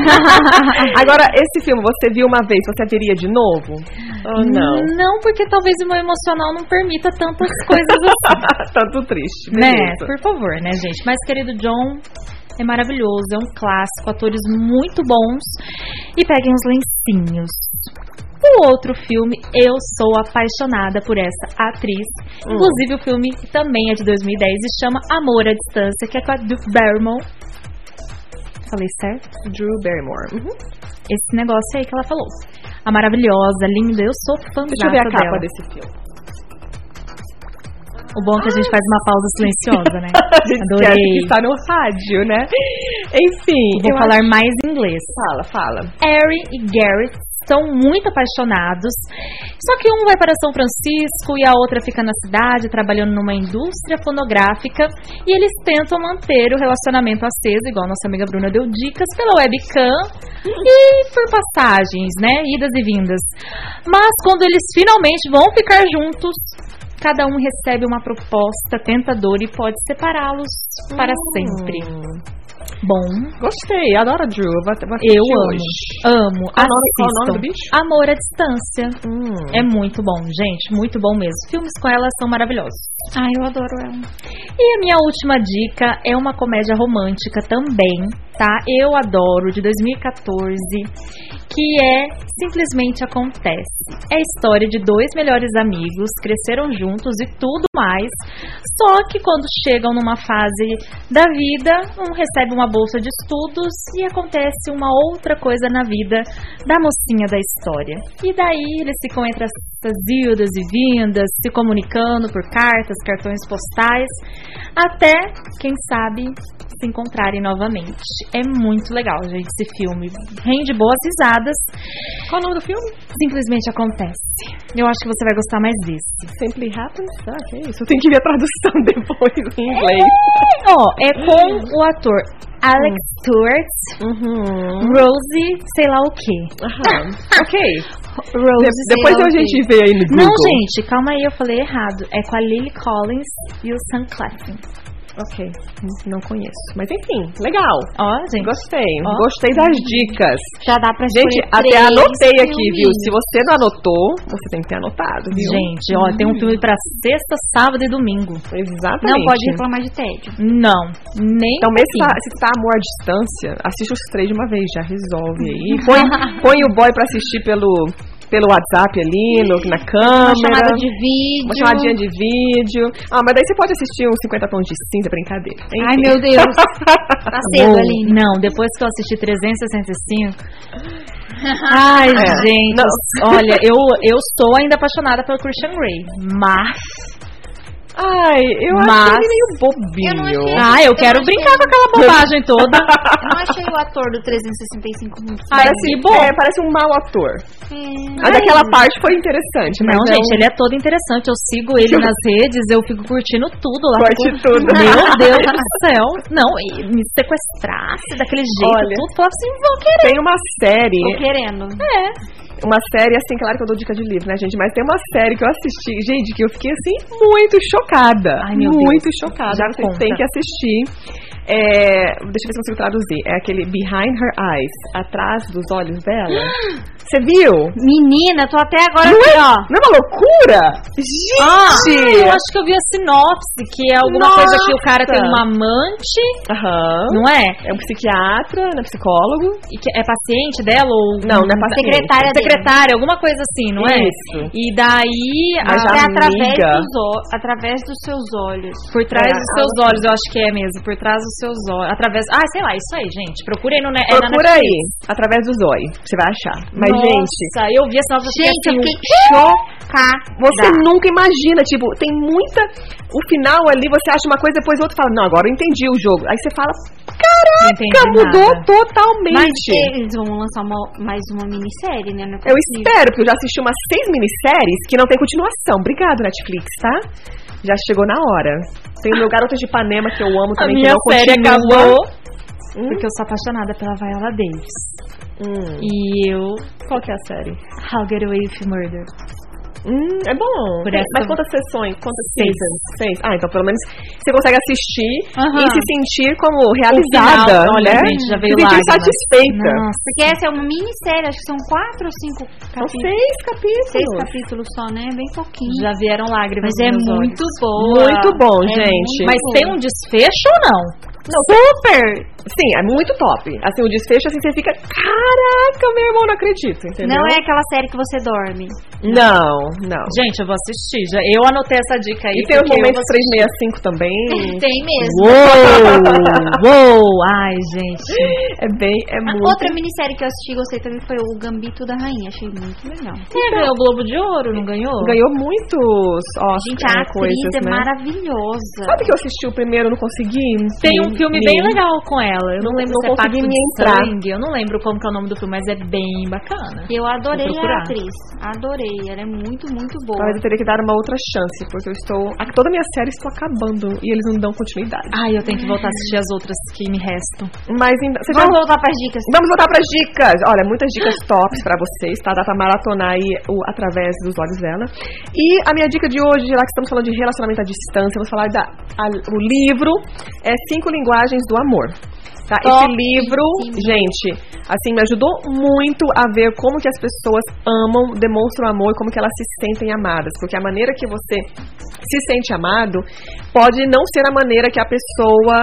Agora, esse filme você viu uma vez, você veria de novo? Ou não? Não, porque talvez o meu emocional não permita tantas coisas assim. Tanto triste. Né? Beleza. Por favor, né, gente? Mas Querido John é maravilhoso, é um clássico, atores muito bons. E peguem os lencinhos. O outro filme, eu sou apaixonada por essa atriz. Inclusive o filme também é de 2010 e chama Amor à Distância, que é com a Drew Barrymore. Falei certo? Drew Barrymore. Esse negócio aí que ela falou. A maravilhosa, linda, eu sou fã dela. Deixa eu ver a capa desse filme. O bom é que a gente faz uma pausa silenciosa, né? Adorei. Que está no rádio, né? Enfim. Vou falar mais inglês. Fala. Harry e Garrett são muito apaixonados, só que um vai para São Francisco e a outra fica na cidade trabalhando numa indústria fonográfica e eles tentam manter o relacionamento aceso, igual nossa amiga Bruna deu dicas, pela webcam e por passagens, né, idas e vindas. Mas quando eles finalmente vão ficar juntos, cada um recebe uma proposta tentadora e pode separá-los para sempre. Bom. Gostei, adoro a Drew. Eu amo. Qual o nome do bicho? Amor à Distância. É muito bom, gente. Muito bom mesmo. Filmes com ela são maravilhosos. Eu adoro ela. E a minha última dica é uma comédia romântica também, tá? Eu adoro, de 2014, que é Simplesmente Acontece. É a história de 2 melhores amigos, cresceram juntos e tudo mais, só que quando chegam numa fase da vida, um recebe uma bolsa de estudos e acontece uma outra coisa na vida da mocinha da história. E daí eles ficam entre essas idas e vindas, se comunicando por cartas, cartões postais, até, quem sabe, se encontrarem novamente. É muito legal, gente, esse filme. Rende boas risadas. Qual o nome do filme? Simplesmente Acontece. Eu acho que você vai gostar mais desse. Simply Happens? Que é isso? Eu tenho que ver a tradução depois em inglês. É com o ator Alex Stewart, Rosie, sei lá o quê. Ok. Rose, Depois a gente vê aí no Google. Não, gente, calma aí, eu falei errado. É com a Lily Collins e o Sam Claflin. Ok, não conheço. Mas enfim, legal. Ó, gente. Gostei. Gostei das dicas. Já dá pra Gente, escolher até anotei 3 aqui, filmes. viu? Se você não anotou, você tem que ter anotado, viu? Gente, ó, tem um filme pra sexta, sábado e domingo. Exatamente. Não pode reclamar de tédio. Não, nem Então, mesmo pouquinho. se tá amor à distância, assiste os 3 de uma vez, já resolve aí. Põe o boy pra assistir pelo WhatsApp ali, na câmera. Uma chamada de vídeo. Uma chamadinha de vídeo. Mas daí você pode assistir uns 50 tons de cinza, brincadeira. Enfim. Ai, meu Deus. Tá cedo, Aline. Não, depois que eu assisti 365... Ai, gente, não. olha, eu estou ainda apaixonada pelo Christian Grey, mas... Ai, eu acho ele meio bobinho. Eu não achei. eu quero brincar com aquela bobagem toda. Eu não achei o ator do 365 muito Parece um mau ator. Mas aquela parte foi interessante. Mas não, gente, ele é todo interessante. Eu sigo ele nas redes, eu fico curtindo tudo lá. Curte tudo. Meu Deus do céu. Não, e me sequestrasse daquele jeito, Olha, tudo, falava assim, vou querer. Tem uma série. Tô querendo. Uma série, assim, claro que eu dou dica de livro, né, gente? Mas tem uma série que eu assisti, gente, que eu fiquei, assim, muito chocada. Ai, meu muito Deus. chocada. Já Você conta. tem que assistir. Deixa eu ver se eu consigo traduzir. É aquele Behind Her Eyes, atrás dos olhos dela. Você viu? Menina, tô até agora Não aqui, é, ó. não é uma loucura? Gente! Eu acho que eu vi a sinopse, que é alguma coisa que o cara tem uma amante, não é? É um psiquiatra, não é psicólogo. E que é paciente dela ou... Não é paciente. Secretária, alguma coisa assim, não é? Isso. E daí... Mas É amiga. através dos seus olhos. Por trás dos seus olhos, eu acho que é mesmo. Por trás dos seus olhos. Através... sei lá, isso aí, gente. Procurei no... Procura aí, através dos olhos. Você vai achar. Mas, gente... eu vi essa nova... Gente, eu fiquei chocada. Você nunca imagina, tipo, tem muita... O final ali, você acha uma coisa, depois o outro fala, não, agora eu entendi o jogo. Aí você fala, caraca, mudou totalmente. Mas eles vão lançar mais uma minissérie, né? Não é Eu possível. espero, porque eu já assisti umas 6 minisséries que não tem continuação. Obrigado, Netflix, tá? Já chegou na hora. Tem o meu Garotas de Ipanema, que eu amo também, que não série acabou. Porque eu sou apaixonada pela Viola Davis. E eu... Qual que é a série? How Get Away with Murder. É bom. Por essa- Mas quantas sessões? Quantas seasons? 6. Então pelo menos você consegue assistir e se sentir como realizada, final, olha, né? gente, já veio se sentir lágrimas. satisfeita. Nossa. Porque essa é uma minissérie, acho que são 4 ou 5 São capítulos. 6 capítulos. 6 capítulos só, né? Bem pouquinho. Já vieram lágrimas Mas nos é meus muito olhos. boa. Muito bom, É gente. muito Mas boa. tem um desfecho ou não? Não, super! Sim, é muito top. Assim, o desfecho, assim, você fica, caraca, meu irmão, não acredito, entendeu? Não é aquela série que você dorme. Não. Gente, eu vou assistir. Eu anotei essa dica aí. E tem os porque eu momentos vou 365 também. Tem mesmo. Uou! Ai, gente. É A muito... outra minissérie que eu assisti e gostei também foi o Gambito da Rainha. Achei muito legal. Ganhou o Globo de Ouro, não ganhou? Ganhou muitos Gente, a atriz coisas, é né? maravilhosa. Sabe que eu assisti o primeiro e não consegui? Tem um filme bem legal com ela. Eu não lembro não se é consegui Pacto me de entrar. Sangue. Eu não lembro como que é o nome do filme, mas é bem bacana. Eu adorei Vou procurar. a atriz. Adorei. Ela é muito, muito boa. Talvez eu teria que dar uma outra chance, porque eu estou... Toda a minha série estou acabando e eles não dão continuidade. Ai, eu tenho que voltar a assistir as outras que me restam. Mas ainda... Vamos voltar para as dicas. Vamos voltar para as dicas. Olha, muitas dicas tops para vocês, tá? Dá pra maratonar aí através dos olhos dela. E a minha dica de hoje, já que estamos falando de relacionamento à distância, vamos falar o livro 5 Linguagens do Amor. Tá? Esse livro, gente, assim, me ajudou muito a ver como que as pessoas amam, demonstram amor, como que elas se sentem amadas. Porque a maneira que você se sente amado pode não ser a maneira que a pessoa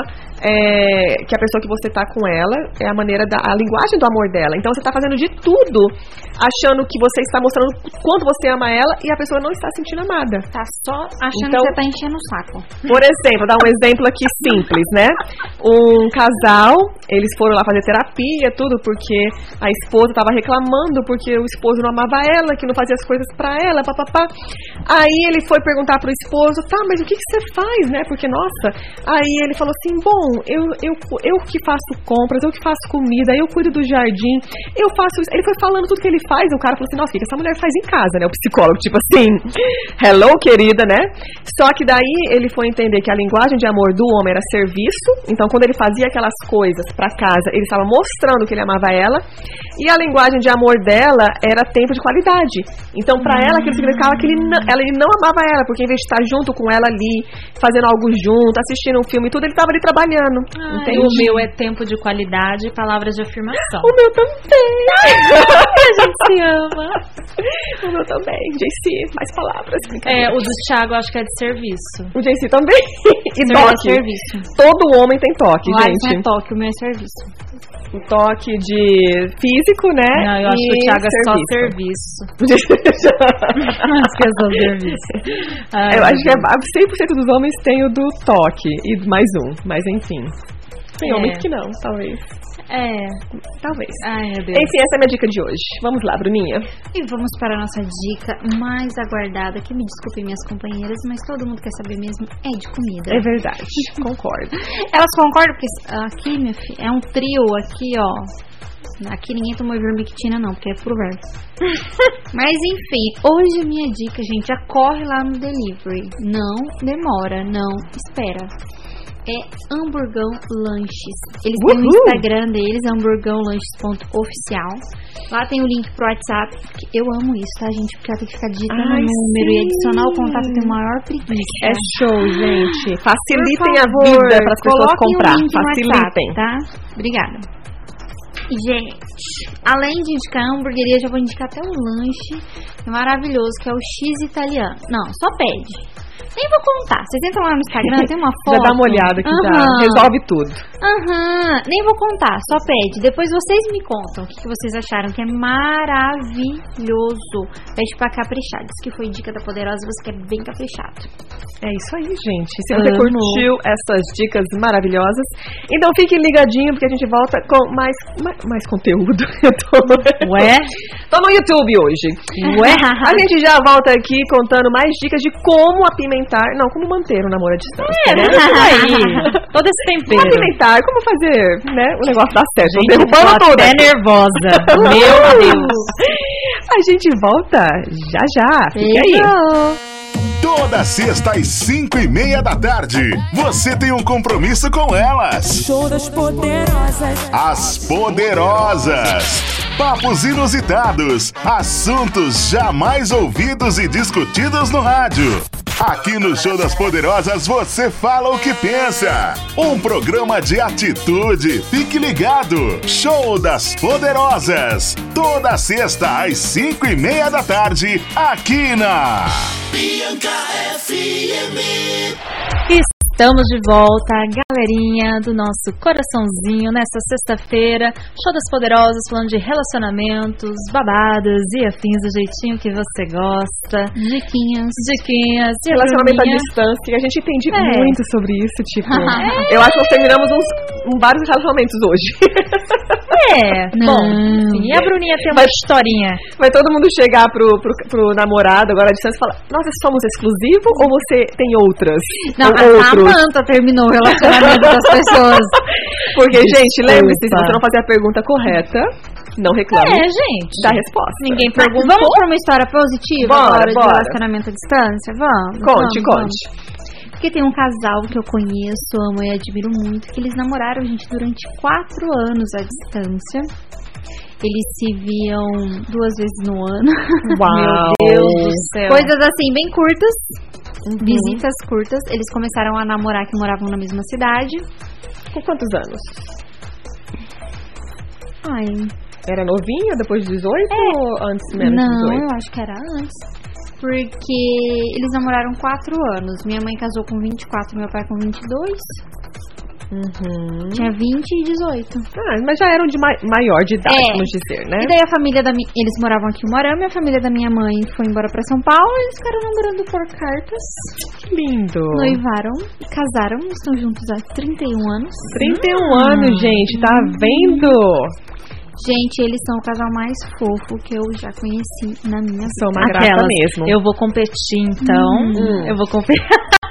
que você tá com ela, é a maneira a linguagem do amor dela. Então você tá fazendo de tudo achando que você está mostrando quanto você ama ela e a pessoa não está sentindo amada. Tá só achando Então, que você tá enchendo o saco. Por exemplo, dar um exemplo aqui simples, né? Um casal, eles foram lá fazer terapia, tudo, porque a esposa estava reclamando porque o esposo não amava ela, que não fazia as coisas pra ela, papapá. Aí ele foi perguntar pro esposo, tá, mas o que você faz, né? Porque, nossa, aí ele falou assim, bom, eu que faço compras, eu que faço comida, eu cuido do jardim, eu faço isso. Ele foi falando tudo que ele faz, o cara falou assim, nossa, o que essa mulher faz em casa, né? O psicólogo, tipo assim, hello, querida, né? Só que daí ele foi entender que a linguagem de amor do homem era serviço, então quando ele fazia aquelas coisas pra casa, ele estava mostrando que ele amava ela, e a linguagem de amor dela era tempo de qualidade. Então pra ela aquilo significava que ele não amava ela, porque em vez de estar junto com ela ali, fazendo algo junto, assistindo um filme e tudo, ele estava ali trabalhando. Entende? O meu é tempo de qualidade e palavras de afirmação. O meu também. A gente se ama. O meu também. JC, mais palavras. O do Thiago acho que é de serviço. O JC também. E toque. É serviço. Todo homem tem toque, o gente. Não é toque, o meu é serviço. O toque de físico, né? Não, eu acho que o Thiago é só serviço. Acho que é só serviço. Eu acho que 100% dos homens tem o do toque e mais um, mas enfim. Tem homens que não, talvez. Talvez. Ai, meu Deus. Enfim, essa é a minha dica de hoje. Vamos lá, Bruninha. E vamos para a nossa dica mais aguardada, que me desculpem minhas companheiras, mas todo mundo quer saber mesmo, é de comida. É verdade, concordo. Elas concordam, porque aqui, minha filha, é um trio aqui, ó. Aqui ninguém tomou ivermectina não, porque é puro verbo. Mas enfim, hoje a minha dica, gente, já corre lá no delivery. Não demora, não espera. É Hamburgão Lanches. Eles têm o Instagram deles, hamburgãolanches.oficial. Lá tem o link pro WhatsApp. Eu amo isso, tá, gente? Porque ela tem que ficar digitando o número e adicionar o contato, tem o maior preguiça. É show, gente. Facilitem a vida para as pessoas comprar. Facilitem. WhatsApp, tá? Obrigada. E, gente, além de indicar a hamburgueria, já vou indicar até um lanche maravilhoso, que é o X italiano. Não, só pede. Nem vou contar. Vocês entram lá no Instagram, tem uma foto. Já dá uma olhada aqui, já resolve tudo. Nem vou contar, só pede. Depois vocês me contam o que vocês acharam, que é maravilhoso. Pede pra caprichar. Diz que foi dica da Poderosa, você quer bem caprichado. É isso aí, gente. Se você curtiu essas dicas maravilhosas, então fique ligadinho, porque a gente volta com mais conteúdo. Ué? Tô no YouTube hoje. Ué? A gente já volta aqui contando mais dicas de como apimentar, não, como manter um namoro à distância. Né? Isso aí. Todo esse tempero. Como apimentar, como fazer, né, o negócio dar certo. Gente, derrubando tudo. Até nervosa. Meu Deus. A gente volta já. Fica aí. Toda sexta às 5:30 da tarde, você tem um compromisso com elas. Show das Poderosas. As Poderosas. Papos inusitados, assuntos jamais ouvidos e discutidos no rádio. Aqui no Show das Poderosas você fala o que pensa. Um programa de atitude. Fique ligado. Show das Poderosas. Toda sexta às 5:30 da tarde, aqui na Bianca FM. Estamos de volta, galerinha do nosso coraçãozinho, nesta sexta-feira. Show das Poderosas, falando de relacionamentos, babadas e afins do jeitinho que você gosta. Diquinhas. E relacionamento à distância, a gente entende muito sobre isso, tipo... Eu acho que nós terminamos vários relacionamentos hoje. Bom, e a Bruninha tem uma historinha. Vai todo mundo chegar pro namorado agora à distância e falar: nós somos exclusivos ou você tem outras? Não, a Samanta terminou o relacionamento das pessoas. Porque, gente, lembre-se, se você não fazer a pergunta correta, não reclame. Gente. Da resposta. Ninguém perguntou. Vamos para uma história positiva agora de relacionamento à distância? Vamos. Conte. Porque tem um casal que eu conheço, amo e admiro muito, que eles namoraram, gente, durante 4 anos à distância. Eles se viam 2 vezes no ano. Uau! Meu Deus do céu. Coisas assim, bem curtas. Visitas curtas. Eles começaram a namorar, que moravam na mesma cidade. Com quantos anos? Era novinha, depois de 18 ou antes menos de 18? Não, eu acho que era antes. Porque eles namoraram 4 anos. Minha mãe casou com 24, meu pai com 22. Tinha 20 e 18. Mas já eram de maior de idade, vamos dizer, né? E daí a família eles moravam aqui em Moarama, a família da minha mãe foi embora pra São Paulo, eles ficaram namorando por cartas. Que lindo! Noivaram e casaram, estão juntos há 31 anos. 31 anos, gente, tá vendo? Gente, eles são o casal mais fofo que eu já conheci na minha vida. São uma graça mesmo. Eu vou competir, então. Eu vou competir.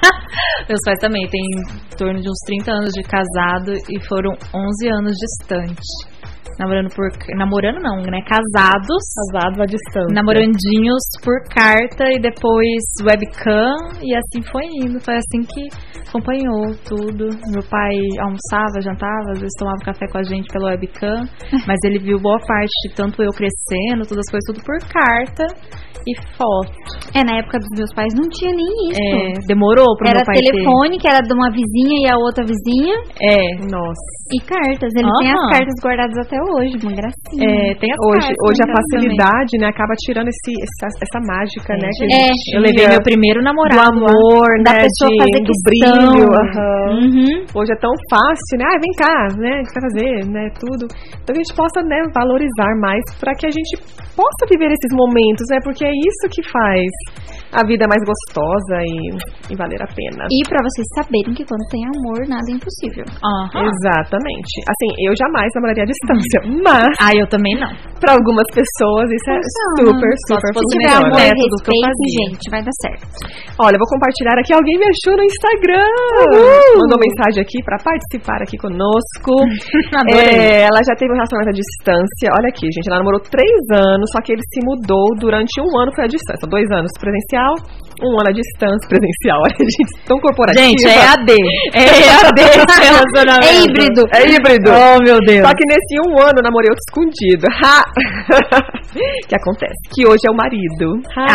Meus pais também têm em torno de uns 30 anos de casado e foram 11 anos distantes. Namorando não, né? Casados à distância. Namorandinhos por carta e depois webcam. E assim foi indo. Foi assim que acompanhou tudo. Meu pai almoçava, jantava, às vezes tomava café com a gente pela webcam. Mas ele viu boa parte de tanto eu crescendo, todas as coisas, tudo por carta e foto. Na época dos meus pais não tinha nem isso. Demorou pro meu pai telefone, que era de uma vizinha e a outra vizinha. Nossa. E cartas. Ele tem as cartas guardadas até hoje, uma gracinha. Tem as cartas. Hoje a facilidade, né, acaba tirando essa mágica, né? Que eu levei meu primeiro namorado. Do amor, da né? pessoa fazer do questão. Brilho. Hoje é tão fácil, né? Vem cá, né? O que você vai fazer, né? Tudo. Então a gente possa, né, valorizar mais para que a gente possa viver esses momentos, né? Porque é isso que faz a vida mais gostosa e valer a pena. E pra vocês saberem que quando tem amor, nada é impossível. Exatamente. Assim, eu jamais namoraria à distância, mas... eu também não. Pra algumas pessoas isso é super funciona. Amor e respeito, gente, vai dar certo. Olha, eu vou compartilhar aqui, alguém me achou no Instagram. Mandou mensagem aqui pra participar aqui conosco. Ela já teve um relacionamento à distância. Olha aqui, gente, ela namorou 3 anos, só que ele se mudou durante 1 ano, foi à distância. 2 anos presencial, 1 ano à distância presencial. Olha, gente, tão corporativa. Gente, é EAD. É EAD esse relacionamento. É híbrido. É híbrido. Oh, meu Deus. Só que nesse 1 ano eu namorei outro escondido. Que acontece? Que hoje é o marido.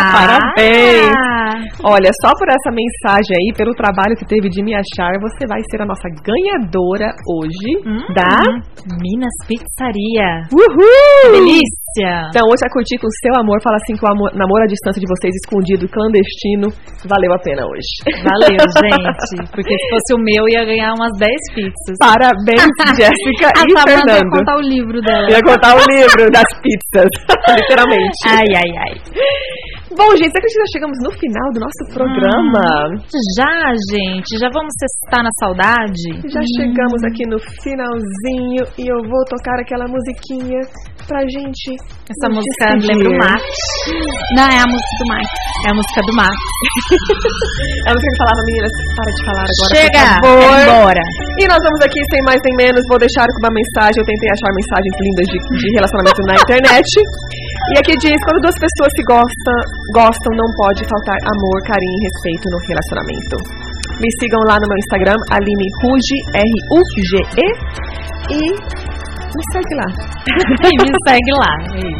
Parabéns. Olha, só por essa mensagem aí, pelo trabalho que teve de me achar, você vai ser a nossa ganhadora hoje da Minas Pizzaria. Uhul! Delícia! Então hoje vai curtir com o seu amor. Fala assim que o namoro à distância de vocês, escondido, clandestino, valeu a pena hoje. Valeu, gente. Porque se fosse o meu, ia ganhar umas 10 pizzas. Parabéns, Jéssica e Fernando. Ia contar o livro dela. Ia contar o livro das pizzas, literalmente. Ai. Bom, gente, será que já chegamos no final do nosso programa? Já, gente. Já vamos cestar na saudade? Já chegamos aqui no finalzinho e eu vou tocar aquela musiquinha pra gente... Essa música lembra o Max. Não, é a música do Max. É a música do Max. É a música que falava, meninas, para de falar agora, chega, por favor. Embora. E nós vamos aqui, sem mais nem menos, vou deixar com uma mensagem. Eu tentei achar mensagens lindas de relacionamento na internet. E aqui diz, quando 2 pessoas se gostam, não pode faltar amor, carinho e respeito no relacionamento. Me sigam lá no meu Instagram, Aline Ruge, R-U-G-E, e me segue lá. Me segue lá.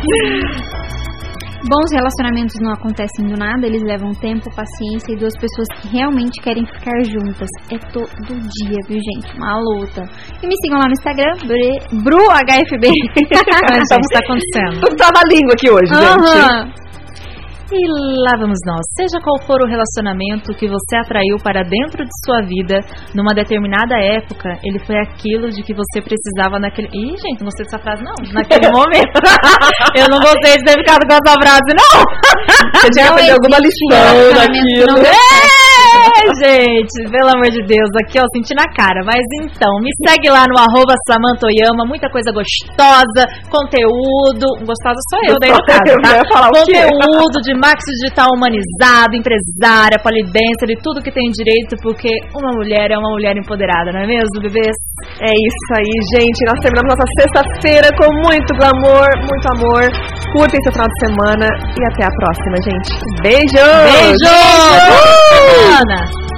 Bons relacionamentos não acontecem do nada, eles levam tempo, paciência e 2 pessoas que realmente querem ficar juntas. É todo dia, viu, gente? Uma luta. E me sigam lá no Instagram, BruHFB. Gente, o que está acontecendo? Tudo trava a língua aqui hoje, gente. E lá vamos nós. Seja qual for o relacionamento que você atraiu para dentro de sua vida, numa determinada época, ele foi aquilo de que você precisava naquele... Ih, gente, não gostei dessa frase, não. Naquele momento. Eu não gostei de ter ficado com essa frase, não. Você tinha que fazer alguma lição daquilo. Gente, pelo amor de Deus, aqui ó, senti na cara. Mas então, me segue lá no @SamanthaOyama, muita coisa gostosa, conteúdo. Gostosa sou eu daí no caso, tá? Conteúdo de marketing digital humanizado, empresária, polidense, de tudo que tem direito, porque uma mulher é uma mulher empoderada, não é mesmo, bebês? É isso aí, gente. Nós terminamos nossa sexta-feira com muito glamour, muito amor. Curtem seu final de semana e até a próxima, gente. Beijo! Beijo! Beijo!